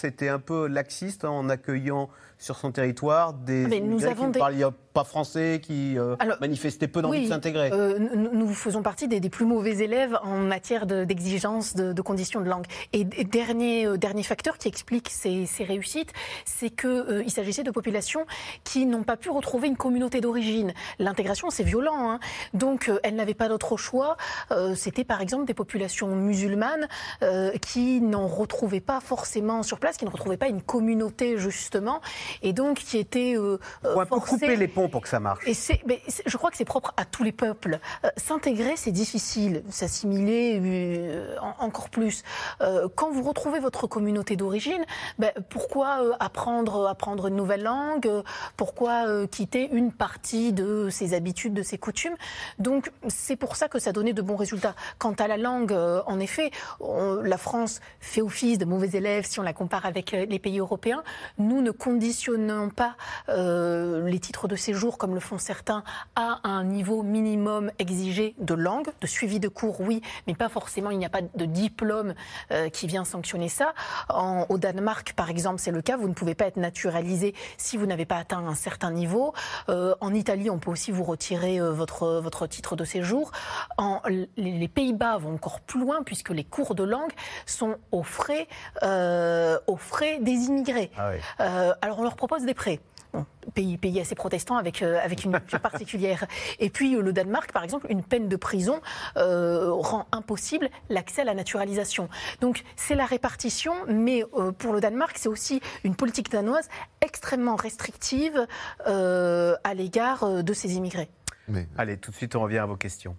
Speaker 1: était un peu laxiste hein, en accueillant sur son territoire des
Speaker 3: mais nous
Speaker 1: immigrés
Speaker 3: avons
Speaker 1: qui ne
Speaker 3: des...
Speaker 1: parlaient pas français, qui euh, Alors, manifestaient peu d'envie
Speaker 3: oui,
Speaker 1: de s'intégrer.
Speaker 3: Euh, nous, nous faisons partie des, des plus mauvais élèves en matière de, d'exigence de, de conditions de langue. Et, et dernier, euh, dernier facteur qui explique ces, ces réussites, c'est qu'il euh, s'agissait de populations qui n'ont pas pu retrouver une communauté d'origine. L'intégration, c'est violent. Hein. Donc, euh, elles n'avaient pas d'autre choix. Euh, c'était par exemple des populations musulmanes euh, qui n'en retrouvaient pas forcément sur place, qui ne retrouvaient pas une communauté justement. Et donc qui était euh,
Speaker 1: Faut un peu couper les ponts pour que ça marche.
Speaker 3: Et c'est, mais c'est, je crois que c'est propre à tous les peuples. Euh, s'intégrer, c'est difficile. S'assimiler, euh, en, encore plus. Euh, quand vous retrouvez votre communauté d'origine, ben, pourquoi euh, apprendre, apprendre une nouvelle langue? Pourquoi euh, quitter une partie de ses habitudes, de ses coutumes? Donc c'est pour ça que ça donnait de bons résultats. Quant à la langue, euh, en effet, on, la France fait office de mauvais élèves si on la compare avec les pays européens. Nous ne conditionnons pas euh, les titres de séjour, comme le font certains, à un niveau minimum exigé de langue, de suivi de cours, oui, mais pas forcément, il n'y a pas de diplôme euh, qui vient sanctionner ça. En, au Danemark, par exemple, c'est le cas, vous ne pouvez pas être naturalisé si vous n'avez pas atteint un certain niveau. Euh, en Italie, on peut aussi vous retirer euh, votre, votre titre de séjour. En, les, les Pays-Bas vont encore plus loin, puisque les cours de langue sont aux frais, euh, aux frais des immigrés. Ah oui. euh, alors on leur propose des prêts. Bon, pays, pays assez protestant avec, euh, avec une culture particulière. Et puis euh, le Danemark, par exemple, une peine de prison euh, rend impossible l'accès à la naturalisation. Donc c'est la répartition, mais euh, pour le Danemark, c'est aussi une politique danoise extrêmement restrictive euh, à l'égard euh, de ces immigrés.
Speaker 1: Mais... Allez, tout de suite, on revient à vos questions.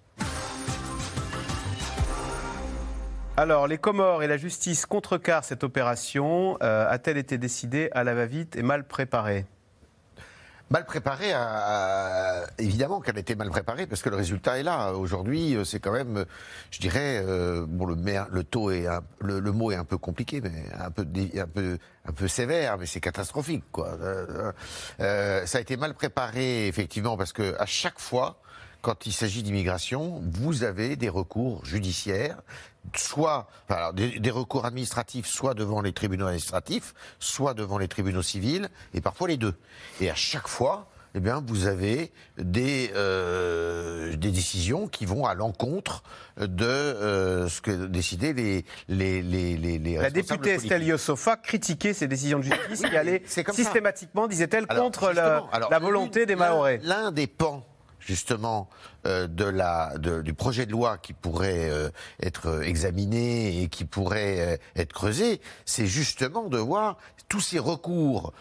Speaker 1: Alors, les Comores et la justice contrecarrent cette opération. Euh, a-t-elle été décidée à la va-vite et mal préparée ?
Speaker 2: Mal préparée, à... évidemment qu'elle était mal préparée, parce que le résultat est là. Aujourd'hui, c'est quand même, je dirais, euh, bon, le, le taux est, un... le, le mot est un peu compliqué, mais un peu, un peu, un peu sévère, mais c'est catastrophique, quoi. Euh, euh, ça a été mal préparé, effectivement, parce que à chaque fois, quand il s'agit d'immigration, vous avez des recours judiciaires, soit alors, des, des recours administratifs, soit devant les tribunaux administratifs, soit devant les tribunaux civils, et parfois les deux. Et à chaque fois, eh bien, vous avez des, euh, des décisions qui vont à l'encontre de euh, ce que décidaient les, les, les, les, les
Speaker 1: La députée Estelle Youssofa critiquait ces décisions de justice oui, qui allaient systématiquement, disait-elle, alors, contre la, alors, la volonté des Mahorais.
Speaker 2: L'un, l'un des pans justement euh, de la, de, du projet de loi qui pourrait euh, être examiné et qui pourrait euh, être creusé, c'est justement de voir tous ces recours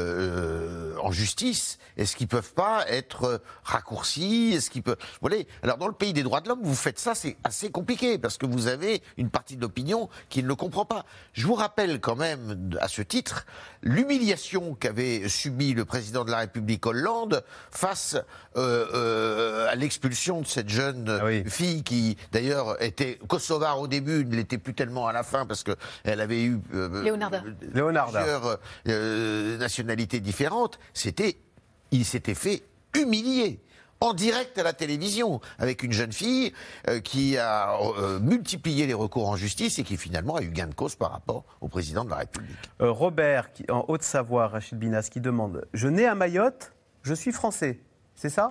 Speaker 2: euh, en justice, est-ce qu'ils peuvent pas être raccourcis, est-ce qu'ils peuvent... Vous voyez, alors dans le pays des droits de l'homme, vous faites ça, c'est assez compliqué, parce que vous avez une partie de l'opinion qui ne le comprend pas. Je vous rappelle quand même, à ce titre, l'humiliation qu'avait subi le président de la République Hollande face euh, euh, à l'expulsion de cette jeune ah oui. fille qui, d'ailleurs, était kosovare au début, ne l'était plus tellement à la fin, parce qu'elle avait eu euh,
Speaker 3: Leonarda.
Speaker 2: plusieurs euh, nationalités différentes. C'était, il s'était fait humilier en direct à la télévision, avec une jeune fille euh, qui a euh, multiplié les recours en justice et qui finalement a eu gain de cause par rapport au président de la République.
Speaker 1: Euh, Robert, qui, en Haute-Savoie, Rachid Binas, qui demande « Je nais à Mayotte, je suis français ». C'est ça ?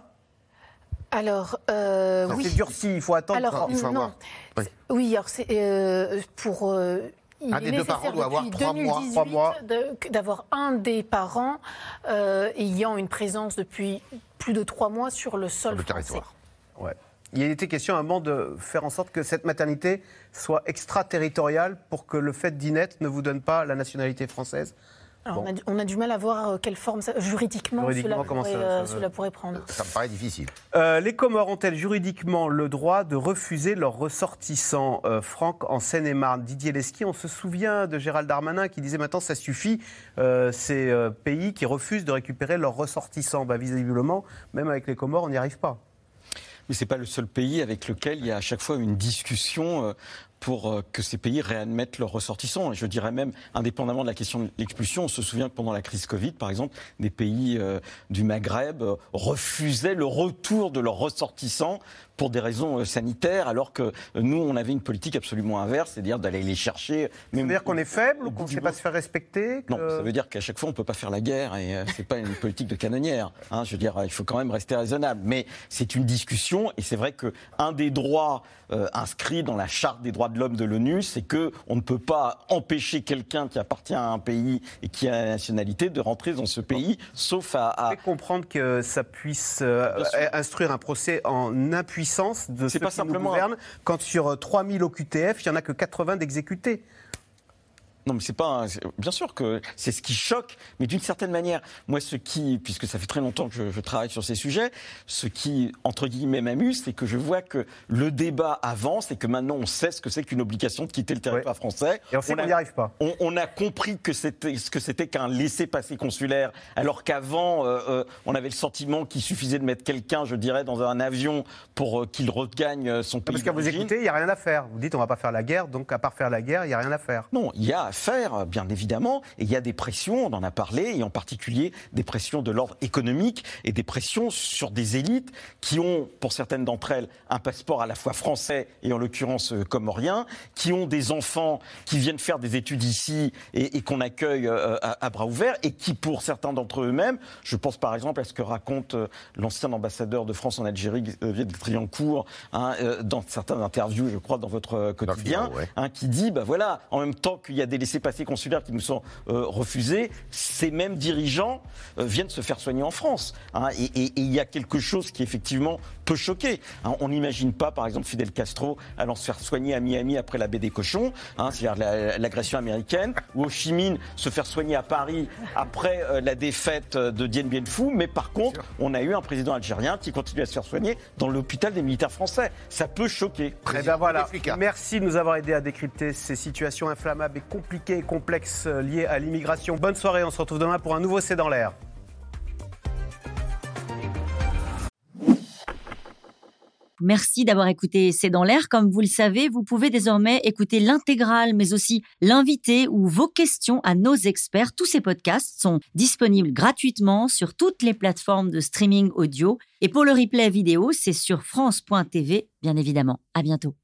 Speaker 3: Alors, euh,
Speaker 1: ça
Speaker 3: oui.
Speaker 1: C'est durci, il faut attendre.
Speaker 3: Alors,
Speaker 1: il faut
Speaker 3: non.
Speaker 1: avoir.
Speaker 3: Oui. oui, alors c'est euh, pour... Euh, il
Speaker 2: un
Speaker 3: est
Speaker 2: des deux parents doit avoir trois mois.
Speaker 3: Trois mois. De, d'avoir un des parents euh, ayant une présence depuis plus de trois mois sur le sol
Speaker 2: sur le
Speaker 3: français.
Speaker 2: territoire.
Speaker 1: Ouais. Il était question à un moment de faire en sorte que cette maternité soit extraterritoriale pour que le fait d'y naître ne vous donne pas la nationalité française.
Speaker 3: Alors bon. on, a, on a du mal à voir quelle forme, ça, juridiquement, juridiquement, cela, pourrait, ça, euh, ça, cela pourrait prendre.
Speaker 2: Ça me paraît difficile.
Speaker 1: Euh, les Comores ont-elles juridiquement le droit de refuser leurs ressortissants euh, Franck, en Seine-et-Marne, Didier Lesky, on se souvient de Gérald Darmanin qui disait maintenant ça suffit, euh, ces euh, pays qui refusent de récupérer leurs ressortissants. Bah, visiblement, même avec les Comores, on n'y arrive pas.
Speaker 4: Mais ce n'est pas le seul pays avec lequel il y a à chaque fois une discussion euh, pour que ces pays réadmettent leurs ressortissants. Et je dirais même, indépendamment de la question de l'expulsion, on se souvient que pendant la crise Covid, par exemple, des pays euh, du Maghreb euh, refusaient le retour de leurs ressortissants pour des raisons euh, sanitaires, alors que euh, nous, on avait une politique absolument inverse, c'est-à-dire d'aller les chercher.
Speaker 1: Ça veut dire qu'on est faible ou qu'on ne sait pas se faire respecter que...
Speaker 4: Non, ça veut dire qu'à chaque fois, on ne peut pas faire la guerre et euh, ce n'est pas une politique de canonnière. Hein, je veux dire, il faut quand même rester raisonnable. Mais c'est une discussion et c'est vrai qu'un des droits euh, inscrits dans la Charte des droits de l'homme de l'ONU, c'est qu'on ne peut pas empêcher quelqu'un qui appartient à un pays et qui a la nationalité de rentrer dans ce pays, sauf à... à...
Speaker 1: Vous pouvez comprendre que ça puisse euh, instruire un procès en impuissance de ceux
Speaker 4: pas
Speaker 1: qui
Speaker 4: simplement
Speaker 1: nous gouvernent, quand sur trois mille O Q T F, il n'y en a que quatre-vingts d'exécutés.
Speaker 4: Non, mais c'est pas. Un... Bien sûr que c'est ce qui choque, mais d'une certaine manière, moi, ce qui, puisque ça fait très longtemps que je, je travaille sur ces sujets, ce qui, entre guillemets, m'amuse, c'est que je vois que le débat avance et que maintenant on sait ce que c'est qu'une obligation de quitter le territoire ouais. français.
Speaker 1: Et on sait qu'on n'y arrive pas.
Speaker 4: On, on a compris que c'était ce que c'était qu'un laissez-passer consulaire, alors qu'avant, euh, euh, on avait le sentiment qu'il suffisait de mettre quelqu'un, je dirais, dans un avion pour euh, qu'il regagne son pays.
Speaker 1: Parce qu'à vous écouter, il n'y a rien à faire. Vous dites, on ne va pas faire la guerre, donc à part faire la guerre, il n'y a rien à faire.
Speaker 4: Non, il y a faire, bien évidemment, et il y a des pressions, on en a parlé, et en particulier des pressions de l'ordre économique et des pressions sur des élites qui ont, pour certaines d'entre elles, un passeport à la fois français et en l'occurrence comorien, qui ont des enfants qui viennent faire des études ici et, et qu'on accueille à, à bras ouverts, et qui, pour certains d'entre eux-mêmes, je pense par exemple à ce que raconte l'ancien ambassadeur de France en Algérie, Viet Driancourt, hein, dans certaines interviews, je crois, dans votre quotidien, ouais. hein, qui dit, bah voilà, en même temps qu'il y a des laissez-passer consulaires qui nous sont euh, refusés, ces mêmes dirigeants euh, viennent se faire soigner en France. Hein, et il y a quelque chose qui effectivement peut choquer. Hein, on n'imagine pas, par exemple, Fidel Castro allant se faire soigner à Miami après la baie des cochons, hein, c'est-à-dire la, l'agression américaine, ou Ho Chi Minh se faire soigner à Paris après euh, la défaite de Dien Bien Phu. Mais par contre, on a eu un président algérien qui continue à se faire soigner dans l'hôpital des militaires français. Ça peut choquer.
Speaker 1: Eh ben voilà. Merci de nous avoir aidé à décrypter ces situations inflammables et compliquées et complexes liées à l'immigration. Bonne soirée, on se retrouve demain pour un nouveau C'est dans l'air.
Speaker 11: Merci d'avoir écouté C'est dans l'air. Comme vous le savez, vous pouvez désormais écouter l'intégrale, mais aussi l'invité ou vos questions à nos experts. Tous ces podcasts sont disponibles gratuitement sur toutes les plateformes de streaming audio. Et pour le replay vidéo, c'est sur France point T V, bien évidemment. À bientôt.